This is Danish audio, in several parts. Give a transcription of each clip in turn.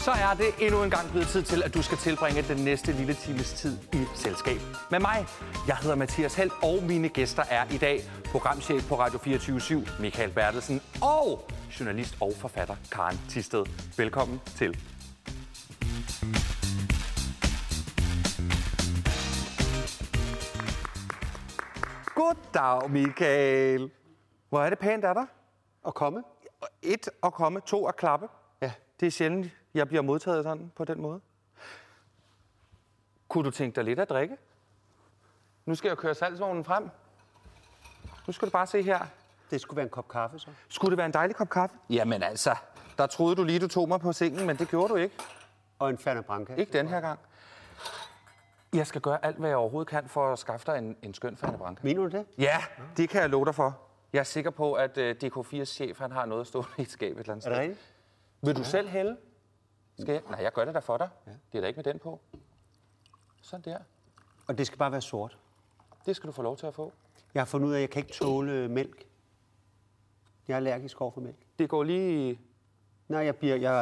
Så er det endnu en gang blevet tid til, at du skal tilbringe den næste lille times tid i selskab med mig. Jeg hedder Mathias Helt, og mine gæster er i dag programchef på Radio 24/7, Michael Bertelsen, og journalist og forfatter Karen Thisted. Velkommen til. Goddag, Michael. Hvor er det pænt af dig? At komme. 1 at komme, 2 at klappe. Ja. Det er sjældent, jeg bliver modtaget sådan på den måde. Kunne du tænke dig lidt at drikke? Nu skal jeg køre salgsvognen frem. Nu skal du bare se her. Det skulle være en kop kaffe, så. Skulle det være en dejlig kop kaffe? Jamen altså, der troede du lige, du tog mig på sengen, men det gjorde du ikke. Og en Fernet Branca. Ikke den her gang. Jeg skal gøre alt, hvad jeg overhovedet kan for at skaffe dig en skøn Fernet Branca. Mener du det? Ja, det kan jeg love dig for. Jeg er sikker på, at DK4's chef han har noget at stå i et skab et eller andet sted. Er det rigtigt? Vil du selv hælde? Skal jeg? Nej, jeg gør det da for dig. Ja. Det er da ikke med den på. Sådan der. Og det skal bare være sort. Det skal du få lov til at få. Jeg har fundet ud af, at jeg kan ikke tåle mælk. Jeg er allergisk over for mælk. Det går lige... Nej, jeg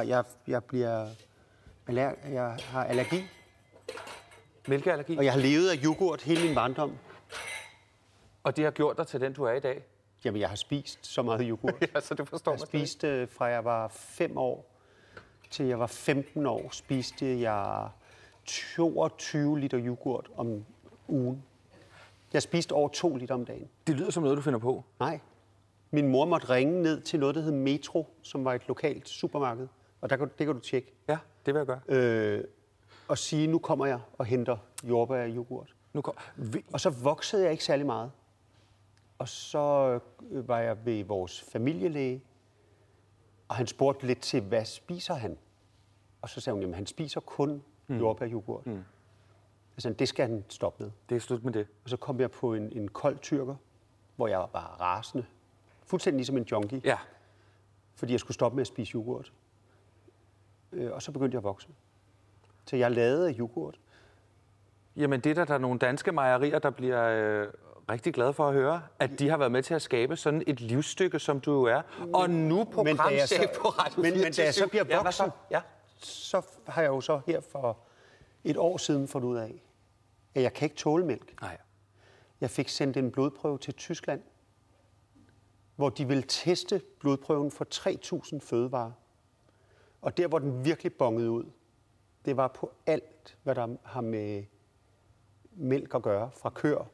har allergi. Mælkeallergi. Og jeg har levet af yoghurt hele min barndom. Og det har gjort dig til den, du er i dag? Jamen, jeg har spist så meget yoghurt. Ja, så det forstår jeg spiste fra jeg var 5 år til jeg var 15 år, spiste jeg 22 liter yoghurt om ugen. Jeg spiste over 2 liter om dagen. Det lyder som noget, du finder på. Nej. Min mor måtte ringe ned til noget, der hed Metro, som var et lokalt supermarked. Og det kan du tjekke. Ja, det vil jeg gøre. Og sige, nu kommer jeg og henter jordbær og yoghurt. Og så voksede jeg ikke særlig meget. Og så var jeg ved vores familielæge, og han spurgte lidt til, hvad spiser han? Og så sagde hun, jamen han spiser kun jordbær og yoghurt. Altså, det skal han stoppe med. Det er slut med det. Og så kom jeg på en kold tyrker, hvor jeg var rasende. Fuldstændig ligesom en junkie. Ja. Fordi jeg skulle stoppe med at spise yoghurt. Og så begyndte jeg at vokse. Så jeg lavede af yoghurt. Jamen, det er der nogle danske mejerier, der bliver rigtig glade for at høre, at de har været med til at skabe sådan et livsstykke, som du er. Og nu programchef på Radio 24. Men da jeg så bliver voksen, så har jeg jo så her for et år siden fundet ud af, at jeg kan ikke tåle mælk. Nej. Jeg fik sendt en blodprøve til Tyskland, hvor de ville teste blodprøven for 3.000 fødevarer. Og der, hvor den virkelig bongede ud, det var på alt, hvad der har med mælk at gøre, fra køer,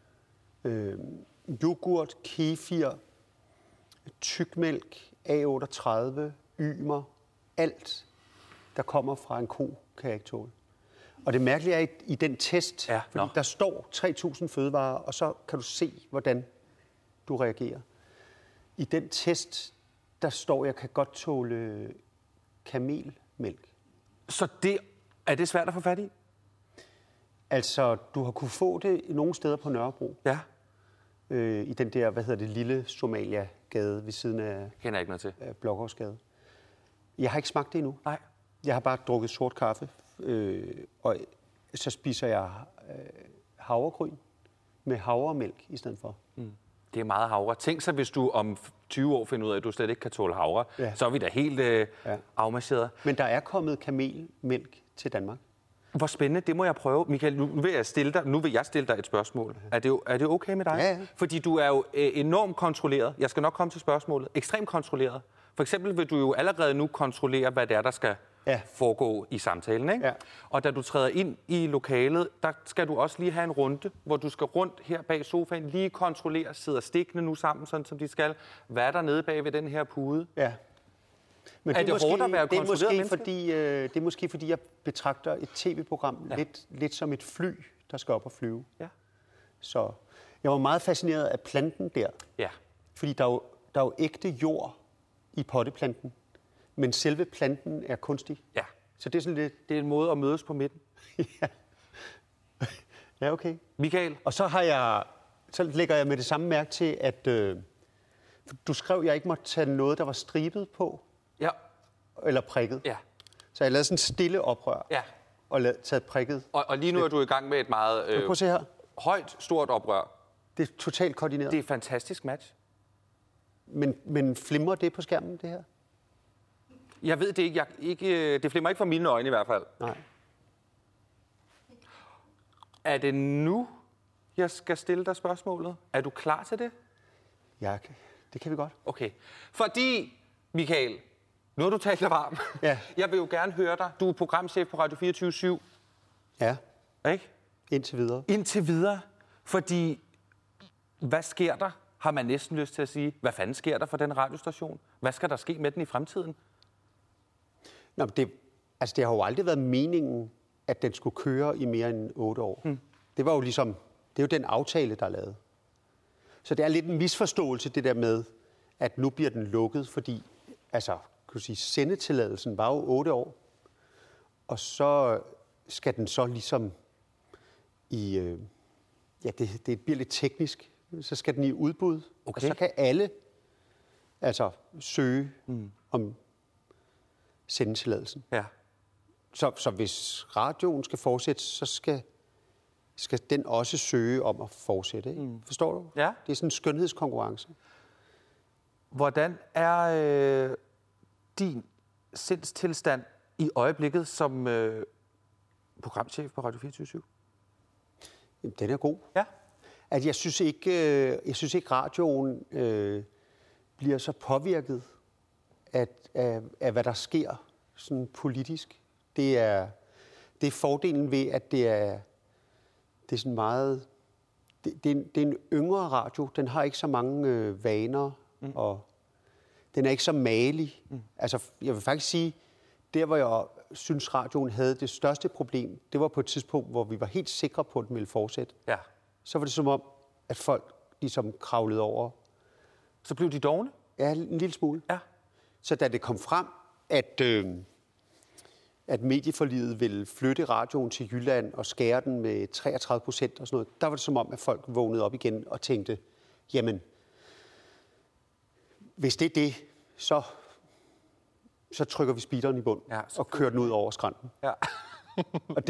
yoghurt, kefir, tykmælk, A38, ymer, alt, der kommer fra en ko, kan jeg ikke tåle. Og det mærkelige er i den test, fordi der står 3.000 fødevarer, og så kan du se, hvordan du reagerer. I den test, der står, jeg kan godt tåle kamelmælk. Så er det svært at få fat i? Altså, du har kunne få det nogle steder på Nørrebro. Ja. I den der, lille Somalia-gade ved siden af... Kender jeg ikke noget til. Blågårdsgade. Jeg har ikke smagt det endnu. Nej. Jeg har bare drukket sort kaffe, og så spiser jeg havregryn med havremælk i stedet for. Det er meget havre. Tænk så, hvis du om 20 år finder ud af, at du slet ikke kan tåle havre, så er vi da helt afmarcheret. Men der er kommet kamelmælk til Danmark. Hvor spændende, det må jeg prøve. Michael, nu vil jeg stille dig et spørgsmål. Er det okay med dig? Ja. Fordi du er jo enormt kontrolleret. Jeg skal nok komme til spørgsmålet. Ekstremt kontrolleret. For eksempel vil du jo allerede nu kontrollere, hvad det er, der skal foregå i samtalen, ikke? Ja. Og da du træder ind i lokalet, der skal du også lige have en runde, hvor du skal rundt her bag sofaen, lige kontrollere, sidder stikkene nu sammen, sådan som de skal. Hvad er der nede bag ved den her pude? Ja. Men er det hårdt at være kontrolleret menneske? Det er måske fordi, jeg betragter et tv-program lidt som et fly, der skal op og flyve. Ja. Så jeg var meget fascineret af planten der. Ja. Fordi der er jo ægte jord i potteplanten, men selve planten er kunstig. Ja. Så det er sådan lidt... Det er en måde at mødes på midten. Ja, okay. Michael? Og så lægger jeg med det samme mærke til, at du skrev, at jeg ikke måtte tage noget, der var stribet på. Ja. Eller prikket. Ja. Så jeg lavede sådan en stille oprør. Ja. Og taget prikket. Og lige nu er du i gang med et meget prøv at se her. Højt, stort oprør. Det er totalt koordineret. Det er et fantastisk match. Men flimrer det på skærmen, det her? Jeg ved det ikke. Det flimmer ikke fra mine øjne i hvert fald. Nej. Er det nu, jeg skal stille dig spørgsmålet? Er du klar til det? Ja, det kan vi godt. Okay. Fordi, Michael, nu har du talt dig varm. Ja. Jeg vil jo gerne høre dig. Du er programchef på Radio 24/7. Ja. Ikke? Indtil videre. Indtil videre. Fordi, hvad sker der? Har man næsten lyst til at sige, hvad fanden sker der for den radiostation? Hvad skal der ske med den i fremtiden? Nå, det har jo aldrig været meningen, at den skulle køre i mere end 8 år. Det var jo ligesom, det er jo den aftale, der er lavet. Så det er lidt en misforståelse, det der med, at nu bliver den lukket, fordi, kan du sige, sendetilladelsen var jo 8 år. Og så skal den så ligesom i, det bliver lidt teknisk, så skal den i udbud, okay. Og så kan alle søge om sendetilladelsen. Ja. Så hvis radioen skal fortsætte, så skal den også søge om at fortsætte. Ikke? Forstår du? Ja. Det er sådan en skønhedskonkurrence. Hvordan er din sindstilstand i øjeblikket som programchef på Radio 24/7? Jamen, den er god. Ja. At jeg synes ikke radioen bliver så påvirket af hvad der sker sådan politisk. Det er fordelen ved, at det er sådan meget. Det er en yngre radio. Den har ikke så mange vaner, og den er ikke så malig. Jeg vil faktisk sige, der hvor jeg synes, radioen havde det største problem, det var på et tidspunkt, hvor vi var helt sikre på, at den ville fortsætte. Ja. Så var det som om, at folk ligesom kravlede over. Så blev de dovne? Ja, en lille smule. Ja. Så da det kom frem, at medieforliget ville flytte radioen til Jylland og skære den med 33% og sådan noget, der var det som om, at folk vågnede op igen og tænkte, jamen, hvis det er det, så trykker vi speederen i bund og kører den ud over skrænten. Ja. Og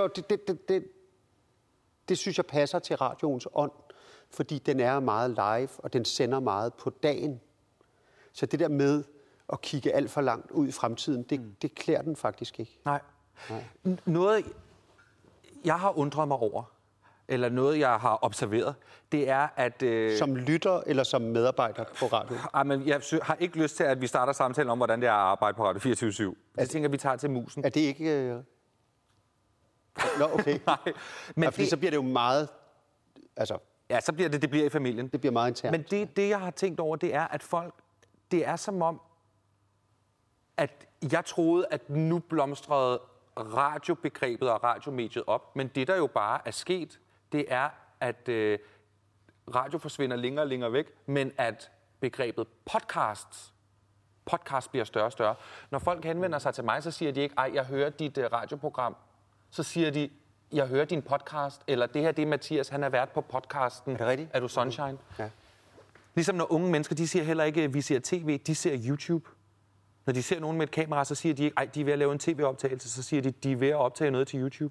det synes jeg passer til radioens ånd, fordi den er meget live, og den sender meget på dagen. Så det der med at kigge alt for langt ud i fremtiden, det klæder den faktisk ikke. Nej. Noget, jeg har undret mig over, eller noget, jeg har observeret, det er, at... Som lytter eller som medarbejder på radio? Men jeg har ikke lyst til, at vi starter samtalen om, hvordan det er at arbejde på Radio 24/7. Jeg tænker, vi tager til musen. Er det ikke... Nå, okay. Nej, men fordi så bliver det jo meget... Ja, så bliver det bliver i familien. Det bliver meget internt. Men det, jeg har tænkt over, det er, at folk... Det er som om, at jeg troede, at nu blomstrede radiobegrebet og radiomediet op. Men det, der jo bare er sket, det er, at radio forsvinder længere og længere væk, men at begrebet podcast bliver større og større. Når folk henvender sig til mig, så siger de ikke, jeg hører dit radioprogram. Så siger de, jeg hører din podcast, eller det her, det er Mathias, han er vært på podcasten. Er det rigtigt? Er du Sunshine? Ja. Ligesom når unge mennesker, de siger heller ikke, vi ser tv, de ser YouTube. Når de ser nogen med et kamera, så siger de ikke, de er ved at lave en tv-optagelse, så siger de er ved at optage noget til YouTube.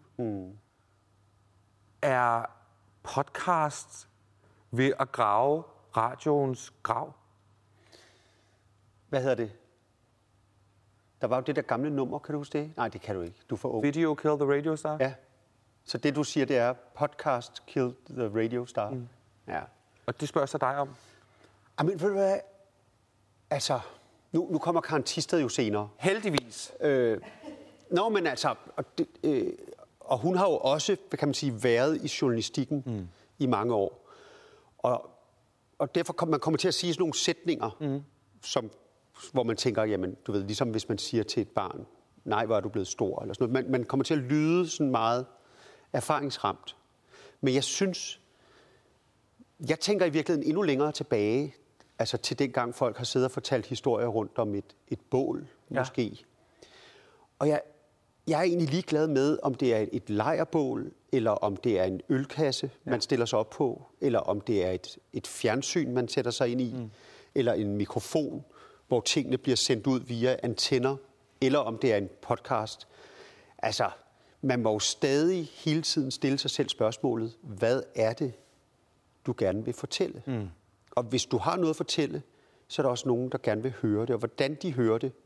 Er podcast ved at grave radioens grav? Hvad hedder det? Der var jo det der gamle nummer, kan du huske det? Nej, det kan du ikke. Du er for ung. Video Kill the Radio Star? Ja. Så det, du siger, det er podcast Kill the Radio Star? Ja. Og det spørger så dig om? Men ved du hvad? Nu kommer Karen Thisted jo senere. Heldigvis. Og hun har jo også, kan man sige, været i journalistikken i mange år. Og derfor man kommer til at sige sådan nogle sætninger, hvor man tænker, jamen, du ved, ligesom hvis man siger til et barn, nej, hvor er du blevet stor, eller sådan noget. Man kommer til at lyde sådan meget erfaringsramt. Men jeg tænker i virkeligheden endnu længere tilbage, til dengang folk har siddet og fortalt historier rundt om et bål, måske. Og jeg er egentlig ligeglad med, om det er et lejrbål, eller om det er en ølkasse, man stiller sig op på, eller om det er et fjernsyn, man sætter sig ind i, eller en mikrofon, hvor tingene bliver sendt ud via antenner, eller om det er en podcast. Man må jo stadig hele tiden stille sig selv spørgsmålet, hvad er det, du gerne vil fortælle? Og hvis du har noget at fortælle, så er der også nogen, der gerne vil høre det. Og hvordan de hører det,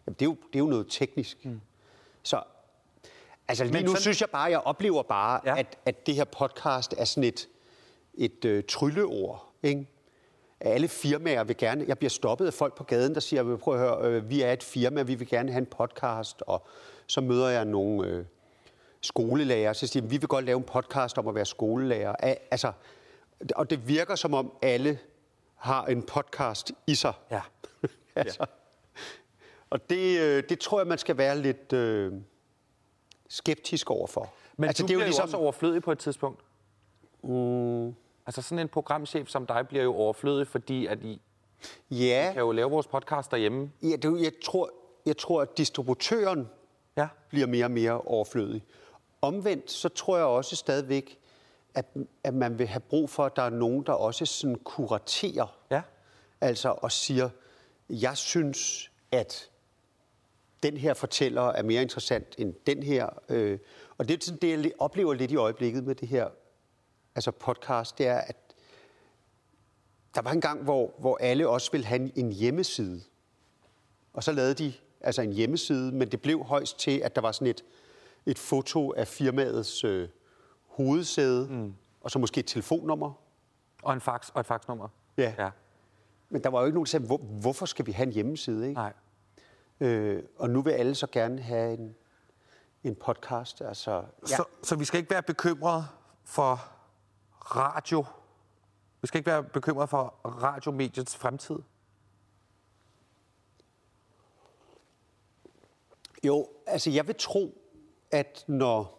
det er jo noget teknisk. Så altså lige nu synes jeg oplever bare, at det her podcast er sådan et trylleord, ikke? Alle firmaer vil gerne... Jeg bliver stoppet af folk på gaden, der siger, prøv at høre, vi er et firma, vi vil gerne have en podcast, og så møder jeg nogle skolelærer, så siger de, vi vil godt lave en podcast om at være skolelærer. Altså, og det virker som om alle har en podcast i sig. Ja. Altså, og det tror jeg, man skal være lidt skeptisk overfor. Men altså, du bliver jo også overflødig på et tidspunkt. Altså sådan en programchef som dig bliver jo overflødig, fordi at I kan jo lave vores podcast derhjemme. Ja, jeg tror, at distributøren bliver mere og mere overflødig. Omvendt, så tror jeg også stadigvæk, at man vil have brug for, at der er nogen, der også sådan kuraterer. Ja. Altså og siger, jeg synes, at den her fortæller er mere interessant end den her. Og det er sådan, det jeg oplever lidt i øjeblikket med det her altså podcast, det er, at der var en gang, hvor alle også ville have en hjemmeside. Og så lavede de altså en hjemmeside, men det blev højst til, at der var sådan et foto af firmaets hovedsæde, og så måske et telefonnummer. Og en fax og et faxnummer. Ja. Men der var jo ikke nogen, der sagde, hvorfor skal vi have en hjemmeside, ikke? Nej. Og nu vil alle så gerne have en podcast. Altså, så vi skal ikke være bekymrede for radio. Vi skal ikke være bekymrede for radiomediets fremtid. Jo, altså jeg vil tro, at når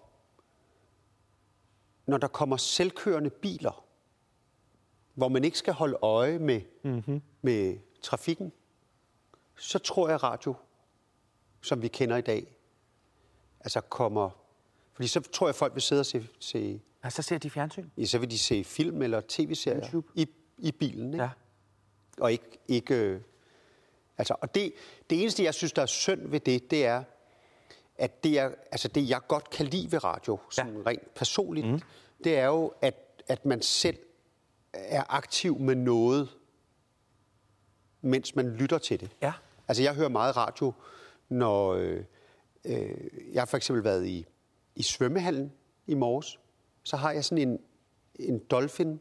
der kommer selvkørende biler, hvor man ikke skal holde øje med trafikken, så tror jeg, radio, som vi kender i dag, altså kommer... Fordi så tror jeg, folk vil sidde og se ja, så ser de fjernsyn. Ja, så vil de se film eller tv-serier i bilen, ikke? Ja. Og ikke altså, og det eneste, jeg synes, der er synd ved det er, at det jeg godt kan lide ved radio, sådan rent personligt, det er jo, at man selv er aktiv med noget, mens man lytter til det. Ja. Altså, jeg hører meget radio, når jeg har for eksempel været i svømmehallen i morges, så har jeg sådan en Dolphin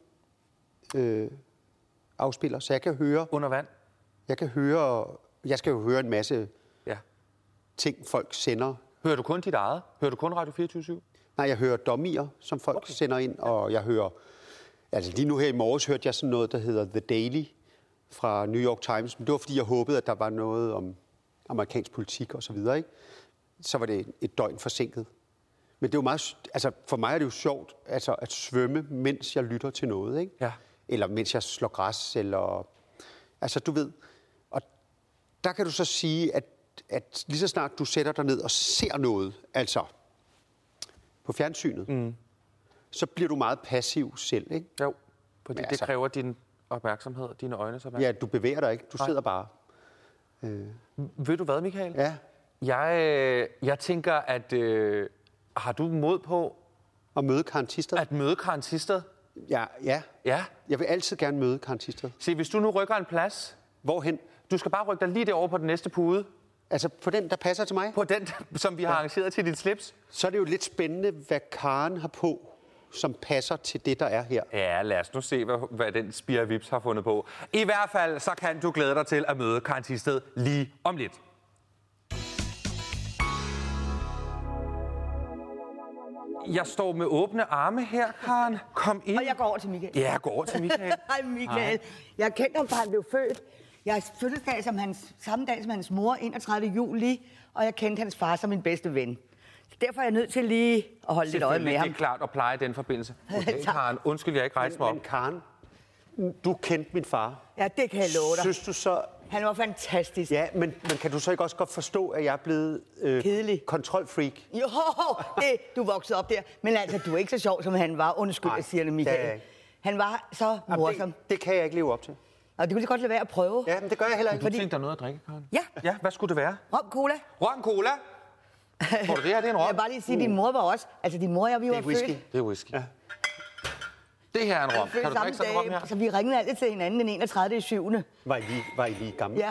afspiller, så jeg kan høre... Under vand? Jeg skal jo høre en masse ting, folk sender. Hører du kun dit eget? Hører du kun Radio 24/7? Nej, jeg hører dummier, som folk sender ind, og jeg hører... Altså lige nu her i morges hørte jeg sådan noget, der hedder The Daily fra New York Times, men det var fordi, jeg håbede, at der var noget om amerikansk politik og så videre, ikke? Så var det et døgn forsinket. Men det er jo meget... Altså, for mig er det jo sjovt altså, at svømme, mens jeg lytter til noget, ikke? Ja. Eller mens jeg slår græs, eller... Altså, du ved... Og der kan du så sige, at lige så snart du sætter dig ned og ser noget, altså på fjernsynet, så bliver du meget passiv selv, ikke? Jo, fordi det kræver din opmærksomhed, dine øjnes opmærksomhed. Ja, du bevæger dig ikke. Du sidder bare. Ved du hvad, Michael? Ja. Jeg tænker, at... har du mod på... At møde Karen Thisted? At møde Karen Thisted? Ja. Jeg vil altid gerne møde Karen Thisted. Se, hvis du nu rykker en plads... Hvorhen? Du skal bare rykke dig lige derover på den næste pude. Altså på den, der passer til mig? På den, som vi har arrangeret til dit slips. Så er det jo lidt spændende, hvad Karen har på, som passer til det, der er her. Ja, lad os nu se, hvad den Spire Vips har fundet på. I hvert fald, så kan du glæde dig til at møde Karen Thisted lige om lidt. Jeg står med åbne arme her, Karen. Kom ind. Og jeg går over til Michael. Ja, jeg går over til Michael. Hej, Michael. Jeg kendte ham, fra han blev født. Jeg har fødselsdag samme dag som hans mor, 31. juli, og jeg kendte hans far som min bedste ven. Derfor er jeg nødt til lige at holde lidt øje med ham. Det er klart at pleje den forbindelse. Okay, Karen, undskyld, jeg ikke rejst mig op. Men Karen, du kendte min far. Ja, det kan jeg love dig. Synes du så... Han var fantastisk. Ja, men kan du så ikke også godt forstå, at jeg er blevet kedelig kontrolfreak? Jo, du voksede op der. Men altså, du er ikke så sjov, som han var. Undskyld, jeg siger det, Michael. Han var så morsom. Det kan jeg ikke leve op til. Og det kunne godt lade være at prøve. Ja, men det gør jeg heller ikke. Du tænkte dig noget at drikke, Karen? Ja. Ja, hvad skulle det være? Rom cola. Rom cola? Tror du det her, det er en rom? Jeg vil bare lige sige, at din mor var også... Altså, din mor og jeg, vi var født. Det er whisky. Ja. Det her er en rom. Kan du drikke sådan en rom her? Så vi ringede altid til hinanden den 31. 7. Var I lige gamle? Ja.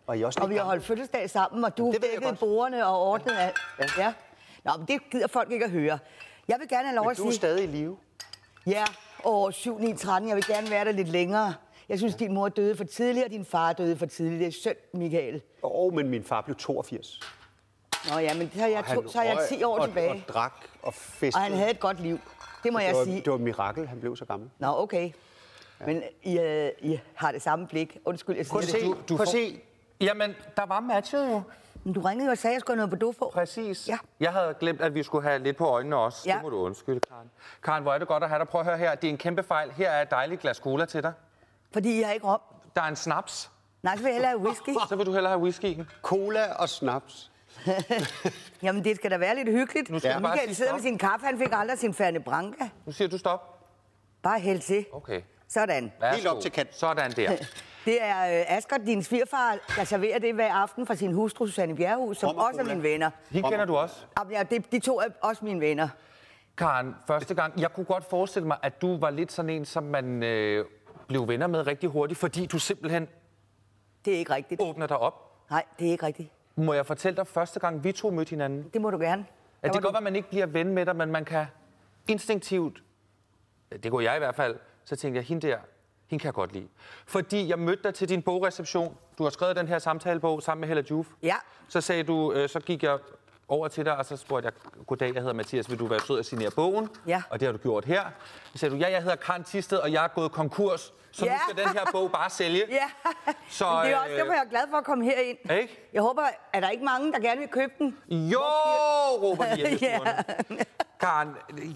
Og vi har holdt fødselsdag sammen, og du dækkede bordene og ordnede alt. Ja. Nå, men det gider folk ikke at høre. Jeg vil gerne have lov at sige... du er stadig i live? Ja, og 7, 9, 13. Jeg vil gerne være der lidt længere. Jeg synes, din mor døde for tidligt, og din far døde for tidligt. Det er synd, Michael. Men min far blev 82. Nå ja, men så er jeg 10 år tilbage. Og drak og festede. Og han havde et godt liv. Det må jeg sige. Det var et mirakel, han blev så gammel. Nå, okay. Ja. Men I har det samme blik. Undskyld, jeg siger det. Prøv at se. Jamen, der var matchet jo. Men du ringede jo og sagde, at jeg skulle have noget på do for. Præcis. Ja. Jeg havde glemt, at vi skulle have lidt på øjnene også. Ja. Det må du undskylde, Karen. Karen, hvor er det godt at have dig. Prøv at høre her. Det er en kæmpe fejl. Her er et dejligt glas cola til dig. Fordi jeg har ikke rom. Der er en snaps. Nej, så vil jeg hellere have whisky. Så vil du hellere have whisky. Cola og snaps. Jamen, det skal da være lidt hyggeligt. Nu skal Michael sidder med sin kaffe. Han fik aldrig sin Fernet Branca. Nu siger du stop. Bare held til. Okay. Sådan. Helt op til kant. Sådan der. Det er Asger, din svigerfar, der serverer det hver aften fra sin hustru, Susanne Bjerrehus, som også er mine venner. Hende kender du også? Ja, de to er også mine venner. Karen, første gang, jeg kunne godt forestille mig, at du var lidt sådan en, som man blev venner med rigtig hurtigt, fordi du simpelthen... Det er ikke rigtigt. Åbner dig op. Nej, det er ikke rigtigt. Må jeg fortælle dig, første gang vi to mødte hinanden? Det må du gerne. At det kan godt være, at man ikke bliver ven med dig, men man kan instinktivt... Det kunne jeg i hvert fald. Så tænkte jeg, hende kan jeg godt lide. Fordi jeg mødte dig til din bogreception. Du har skrevet den her samtalebog sammen med Hella Juf. Ja. Så sagde du, så gik jeg over til dig, og så spurgte jeg, goddag, jeg hedder Mathias, vil du være sød at signere bogen? Ja. Og det har du gjort her. Så sagde du, ja, jeg hedder Karen Thisted, og jeg er gået konkurs, så nu skal den her bog bare sælge. Ja, så, det er også derfor, jeg er glad for at komme herind. Ikke? Jeg håber, er der ikke mange, der gerne vil købe den? Jo, råber de hjemme. Karen,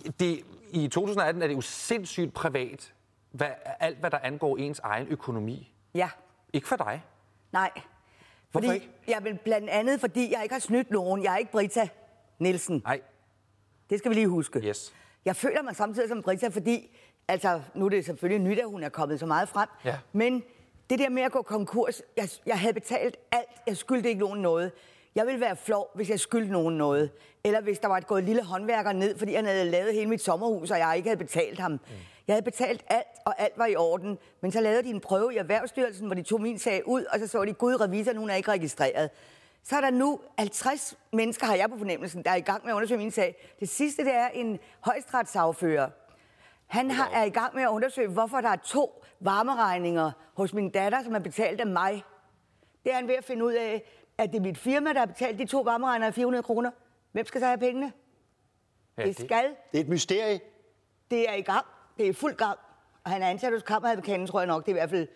i 2018 er det jo sindssygt privat, alt hvad der angår ens egen økonomi. Ja. Ikke for dig. Nej. Hvorfor ikke? Jeg vil blandt andet, fordi jeg ikke har snydt nogen. Jeg er ikke Britta Nielsen. Nej. Det skal vi lige huske. Yes. Jeg føler mig samtidig som Britta, fordi... Altså, nu er det selvfølgelig nyt, at hun er kommet så meget frem. Ja. Men det der med at gå konkurs... Jeg havde betalt alt. Jeg skyldte ikke nogen noget. Jeg ville være flov, hvis jeg skyldte nogen noget. Eller hvis der var gået et lille håndværker ned, fordi han havde lavet hele mit sommerhus, og jeg ikke havde betalt ham. Jeg havde betalt alt, og alt var i orden. Men så lavede de en prøve i Erhvervsstyrelsen, hvor de tog min sag ud, og så de, gud, revisoren, hun er ikke registreret. Så er der nu 50 mennesker, har jeg på fornemmelsen, der er i gang med at undersøge min sag. Det sidste, det er en højesteretsagfører. Han er i gang med at undersøge, hvorfor der er 2 varmeregninger hos min datter, som er betalt af mig. Det er han ved at finde ud af, at det er mit firma, der har betalt de 2 varmeregninger af 400 kroner. Hvem skal så have pengene? Ja, det skal. Det er et mysterie. Det er i gang. Det er i fuld gang. Og han er ansat hos kammeradvokaten, tror jeg nok. Det er i hvert fald...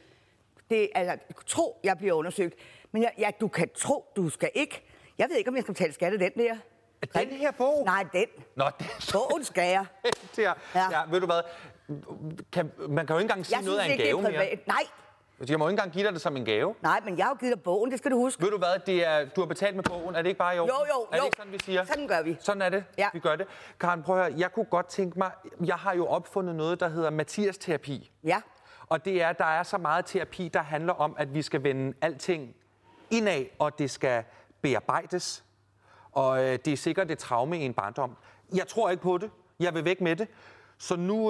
tro, jeg bliver undersøgt. Men du kan tro, du skal ikke. Jeg ved ikke, om jeg skal betale skat af den der. Den her bog? Nej, den. Nå, den. Bogen skal jeg. Ja, ved du hvad? Man kan jo ikke engang sige noget af en gave mere. Nej. Jeg må ikke engang give dig det som en gave. Nej, men jeg har jo givet dig bogen, det skal du huske. Ved du hvad, du har betalt med bogen, er det ikke bare i orden? Jo. Er det ikke sådan, vi siger? Sådan gør vi. Sådan er det, vi gør det. Karen, prøv at høre, jeg kunne godt tænke mig, jeg har jo opfundet noget, der hedder Mathias-terapi. Ja. Og det er, der er så meget terapi, der handler om, at vi skal vende alting indad, og det skal bearbejdes. Og det er sikkert et traume i en barndom. Jeg tror ikke på det. Jeg vil væk med det. Så nu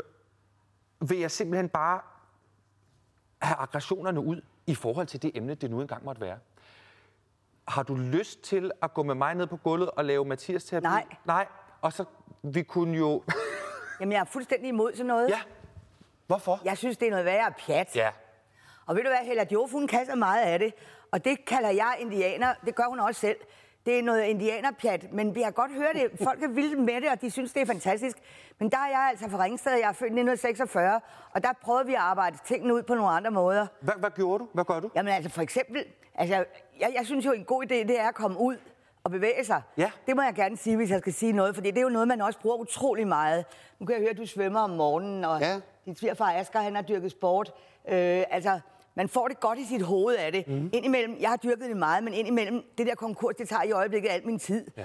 vil jeg simpelthen bare have aggressionerne ud i forhold til det emne, det nu engang måtte være. Har du lyst til at gå med mig ned på gulvet og lave Mathias-terapi? Nej. Og så vi kunne jo... Jamen, jeg er fuldstændig imod sådan noget. Ja. Hvorfor? Jeg synes, det er noget værre pjat. Ja. Og ved du hvad, Hella Juf, hun kan så meget af det. Og det kalder jeg indianer. Det gør hun også selv. Det er noget indianerpjat, men vi har godt hørt det. Folk er vilde med det, og de synes, det er fantastisk. Men der er jeg altså fra Ringsted, jeg er født i 1946, og der prøvede vi at arbejde tingene ud på nogle andre måder. Hvad gjorde du? Hvad gør du? Jamen altså for eksempel, jeg synes jo en god idé, det er at komme ud og bevæge sig. Ja. Det må jeg gerne sige, hvis jeg skal sige noget, for det er jo noget, man også bruger utrolig meget. Nu kan jeg høre, at du svømmer om morgenen, og din svigerfar Asger, han har dyrket sport. Man får det godt i sit hoved af det. Indimellem, jeg har dyrket det meget, men indimellem, det der konkurs, det tager i øjeblikket al min tid. Ja.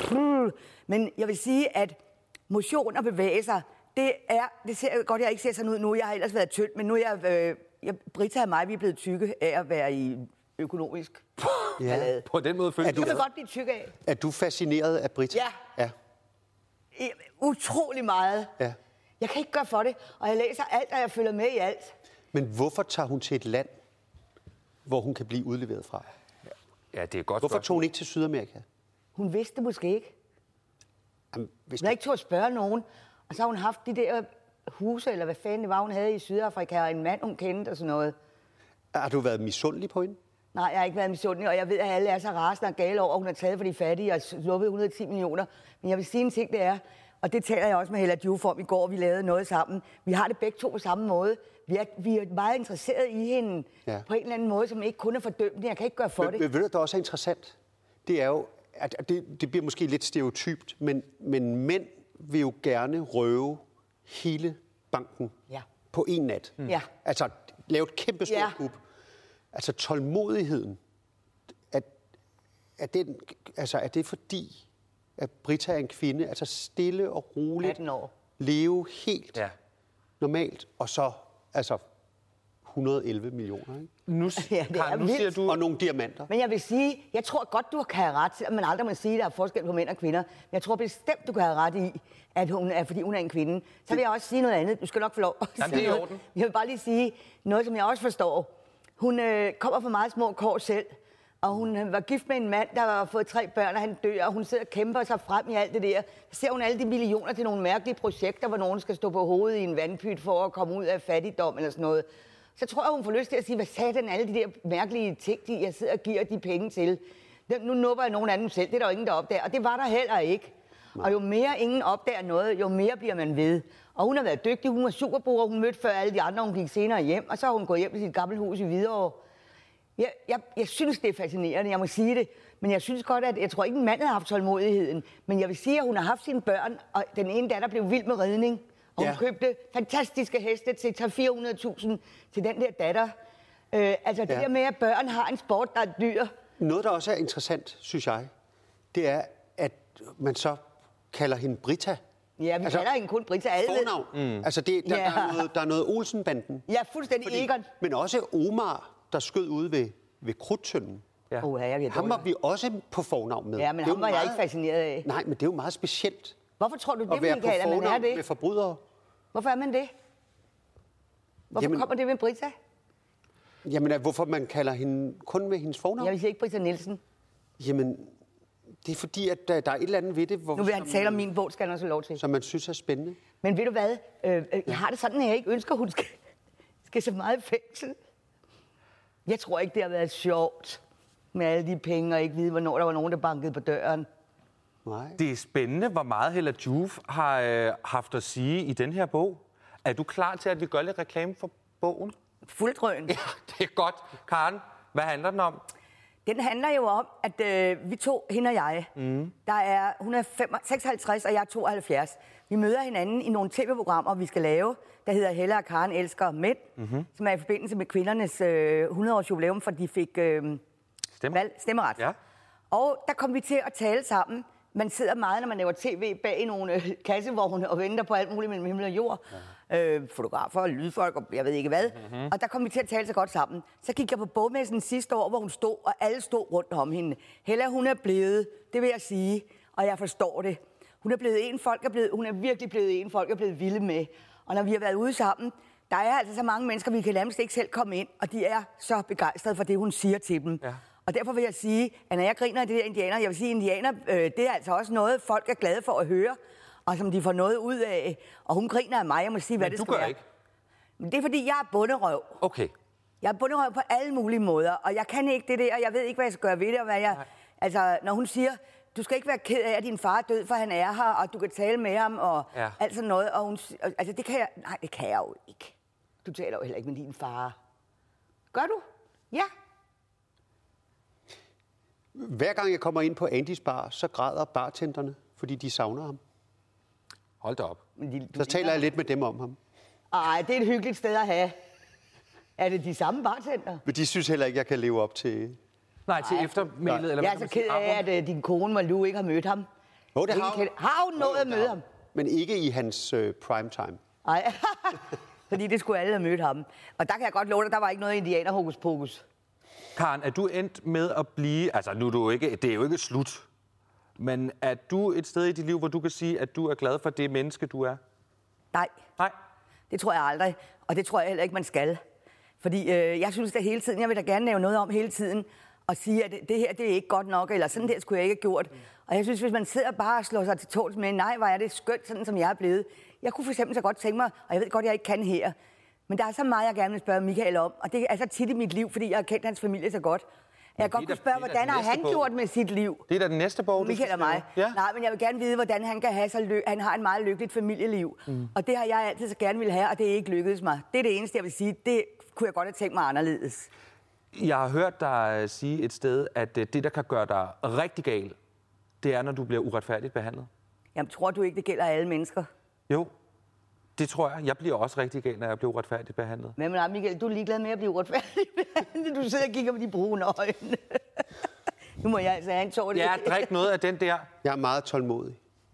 Men jeg vil sige, at motion og bevæge sig, det ser godt, jeg ikke ser sådan ud nu. Jeg har ellers været tynd, men nu er Britta og mig, vi er blevet tykke af at være i økonomisk ballade. På den måde føler du kan godt blive tyk af. Er du fascineret af Britta? Ja. Utrolig meget. Ja. Jeg kan ikke gøre for det, og jeg læser alt, og jeg følger med i alt. Men hvorfor tager hun til et land, hvor hun kan blive udleveret fra. Ja, det er godt. Hvorfor tog hun ikke til Sydamerika? Hun vidste det måske ikke. Jamen, Hun har ikke tog at spørge nogen. Og så har hun haft de der huse, eller hvad fanden det var, hun havde i Sydafrika, og en mand, hun kendte og sådan noget. Har du været misundelig på hende? Nej, jeg har ikke været misundelig, og jeg ved, at alle er så rasende og gale over, at hun har taget for de fattige og sluppet 110 millioner. Men jeg vil sige en ting, det er, og det taler jeg også med Hella Joof om i går, vi lavede noget sammen. Vi har det begge to på samme måde. Vi er meget interesseret i hende på en eller anden måde, som ikke kun er fordømmende. Jeg kan ikke gøre for det. Ved du, der også er interessant? Det er jo, at det bliver måske lidt stereotypt, men mænd vil jo gerne røve hele banken på en nat. Ja. Altså lave et kæmpe stort kup. Altså tålmodigheden, er det fordi, at Britta er en kvinde, altså stille og roligt 18 år. leve helt normalt, og så 111 millioner, ikke? Nu siger du... Og nogle diamanter. Men jeg vil sige, jeg tror godt, du kan have ret, selvom man aldrig må sige, at der er forskel på mænd og kvinder. Men jeg tror bestemt, du kan have ret i, at hun er, fordi hun er en kvinde. Så vil jeg også sige noget andet. Du skal nok få lov at sige det er i noget. orden. Jeg vil bare lige sige noget, som jeg også forstår. Hun kommer fra meget små kår selv, og hun var gift med en mand, der har fået 3 børn, og han dør, og hun sidder og kæmper sig frem i alt det der. Så ser hun alle de millioner til nogle mærkelige projekter, hvor nogen skal stå på hovedet i en vandpyt for at komme ud af fattigdom eller sådan noget. Så tror jeg, hun får lyst til at sige, hvad satan alle de der mærkelige ting, jeg sidder og giver de penge til. Nu nupper jeg nogen af dem selv, det er der jo ingen, der opdager. Og det var der heller ikke. Og jo mere ingen opdager noget, jo mere bliver man ved. Og hun har været dygtig, hun var superbror, hun mødte før alle de andre, hun gik senere hjem. Og så har hun gået hjem til sit gamle hus i Hvidovre. Jeg synes, det er fascinerende, jeg må sige det. Men jeg synes godt, at jeg tror ikke, en mand har haft tålmodigheden. Men jeg vil sige, at hun har haft sine børn, og den ene datter blev vild med ridning. Og hun købte fantastiske heste til 400.000 til den der datter. Det der med, at børn har en sport, der er dyr. Noget, der også er interessant, synes jeg, det er, at man så kalder hende Britta. Ja, vi kalder hende kun Britta. Fornavn. Der er noget Olsen-banden. Ja, fuldstændig Egon. Men også Omar, der skød ude ved Krudtønden. Ja. Ham var vi også på fornavn med. Ja, men ham var jeg ikke fascineret af. Nej, men det er jo meget specielt. Hvorfor tror du det, Michael, at man er det? Med forbrydere. Hvorfor er man det? Hvorfor kommer det ved Britta? Jamen, hvorfor man kalder hende kun med hendes fornavn? Jeg vil sige ikke Britta Nielsen. Jamen, det er fordi, at der er et eller andet ved det, nu vil han tale om min bog, skal han også lov til. Som man synes er spændende. Men ved du hvad? Jeg har det sådan, at jeg ikke ønsker, at hun skal så meget i fængsel. Jeg tror ikke, det har været sjovt med alle de penge, og ikke vide, hvornår der var nogen, der bankede på døren. Nej. Det er spændende, hvor meget Hella Joof har haft at sige i den her bog. Er du klar til, at vi gør lidt reklame for bogen? Fuldt drøn. Ja, det er godt. Karen, hvad handler den om? Den handler jo om, at vi to, hende og jeg, hun er 56, og jeg er 72. Vi møder hinanden i nogle tv-programmer, vi skal lave, der hedder Hella og Karen elsker mænd, som er i forbindelse med kvindernes 100-års jubilæum, for de fik stemmeret. Ja. Og der kom vi til at tale sammen. Man sidder meget, når man laver tv, bag nogle kassevogne og venter på alt muligt mellem himmel og jord. Fotografer og lydfolk og jeg ved ikke hvad. Og der kom vi til at tale så godt sammen. Så gik jeg på bogmessen sidste år, hvor hun stod, og alle stod rundt om hende. Hella, hun er blevet, det vil jeg sige, og jeg forstår det. Hun er blevet en, hun er virkelig blevet en, folk er blevet vilde med. Og når vi har været ude sammen, der er altså så mange mennesker, vi kan nærmest ikke selv komme ind, og de er så begejstrede for det, hun siger til dem. Ja. Og derfor vil jeg sige, at når jeg griner af det der indianer, jeg vil sige, at indianer, det er altså også noget, folk er glade for at høre, og som de får noget ud af. Og hun griner af mig, jeg må sige, hvad det skal være. Ikke? Men det er, fordi jeg er bunderøv. Okay. Jeg er bunderøv på alle mulige måder, og jeg kan ikke det der, og jeg ved ikke, hvad jeg skal gøre ved det, og hvad jeg... Altså, når hun siger, du skal ikke være ked af, at din far er død, for han er her, og du kan tale med ham, og alt sådan noget, og hun... Altså, det kan jeg... Nej, det kan jeg jo ikke. Du taler jo heller ikke med din far. Gør du? Ja. Hver gang jeg kommer ind på Andys bar, så græder bartenderne, fordi de savner ham. Hold da op. Så taler jeg lidt med dem om ham. Ej, det er et hyggeligt sted at have. Er det de samme bartender? Men de synes heller ikke, jeg kan leve op til... Nej, til eftermælet. Eller jeg er så ked af, at din kone Malou ikke har mødt ham. Jo, det har hun. Har hun nået at møde ham? Men ikke i hans primetime. Nej, fordi det skulle alle have mødt ham. Og der kan jeg godt love dig, der var ikke noget indianer hokus pokus. Karen, er du endt med at blive... Altså, nu er du ikke... Det er jo ikke slut. Men er du et sted i dit liv, hvor du kan sige, at du er glad for det menneske, du er? Nej. Nej? Det tror jeg aldrig. Og det tror jeg heller ikke, man skal. Fordi jeg synes det hele tiden, jeg vil da gerne lave noget om hele tiden, og sige, at det her, det er ikke godt nok, eller sådan der skulle jeg ikke have gjort. Og jeg synes, hvis man sidder bare og slår sig til tåls med, nej, hvor er det skønt, sådan som jeg er blevet. Jeg kunne for eksempel så godt tænke mig, og jeg ved godt, jeg ikke kan her, men der er så meget, jeg gerne vil spørge Michael om, og det er så tit i mit liv, fordi jeg har kendt hans familie så godt. Jeg kan godt spørge, hvordan har han gjort med sit liv? Det er da den næste bog, Michael og mig. Ja. Nej, men jeg vil gerne vide, hvordan han kan have han har et meget lykkeligt familieliv. Og det har jeg altid så gerne vil have, og det er ikke lykkedes mig. Det er det eneste, jeg vil sige. Det kunne jeg godt have tænkt mig anderledes. Jeg har hørt dig sige et sted, at det, der kan gøre dig rigtig gal, det er, når du bliver uretfærdigt behandlet. Jamen, tror du ikke, det gælder alle mennesker? Jo, det tror jeg. Jeg bliver også rigtig gal, når jeg bliver uretfærdigt behandlet. Men nej, Michael, du er ligeglad med at blive uretfærdigt behandlet. Du sidder og kigger på de brune øjne. Nu må jeg altså have en tår. Ja, drik noget af den der. Jeg er meget tålmodig.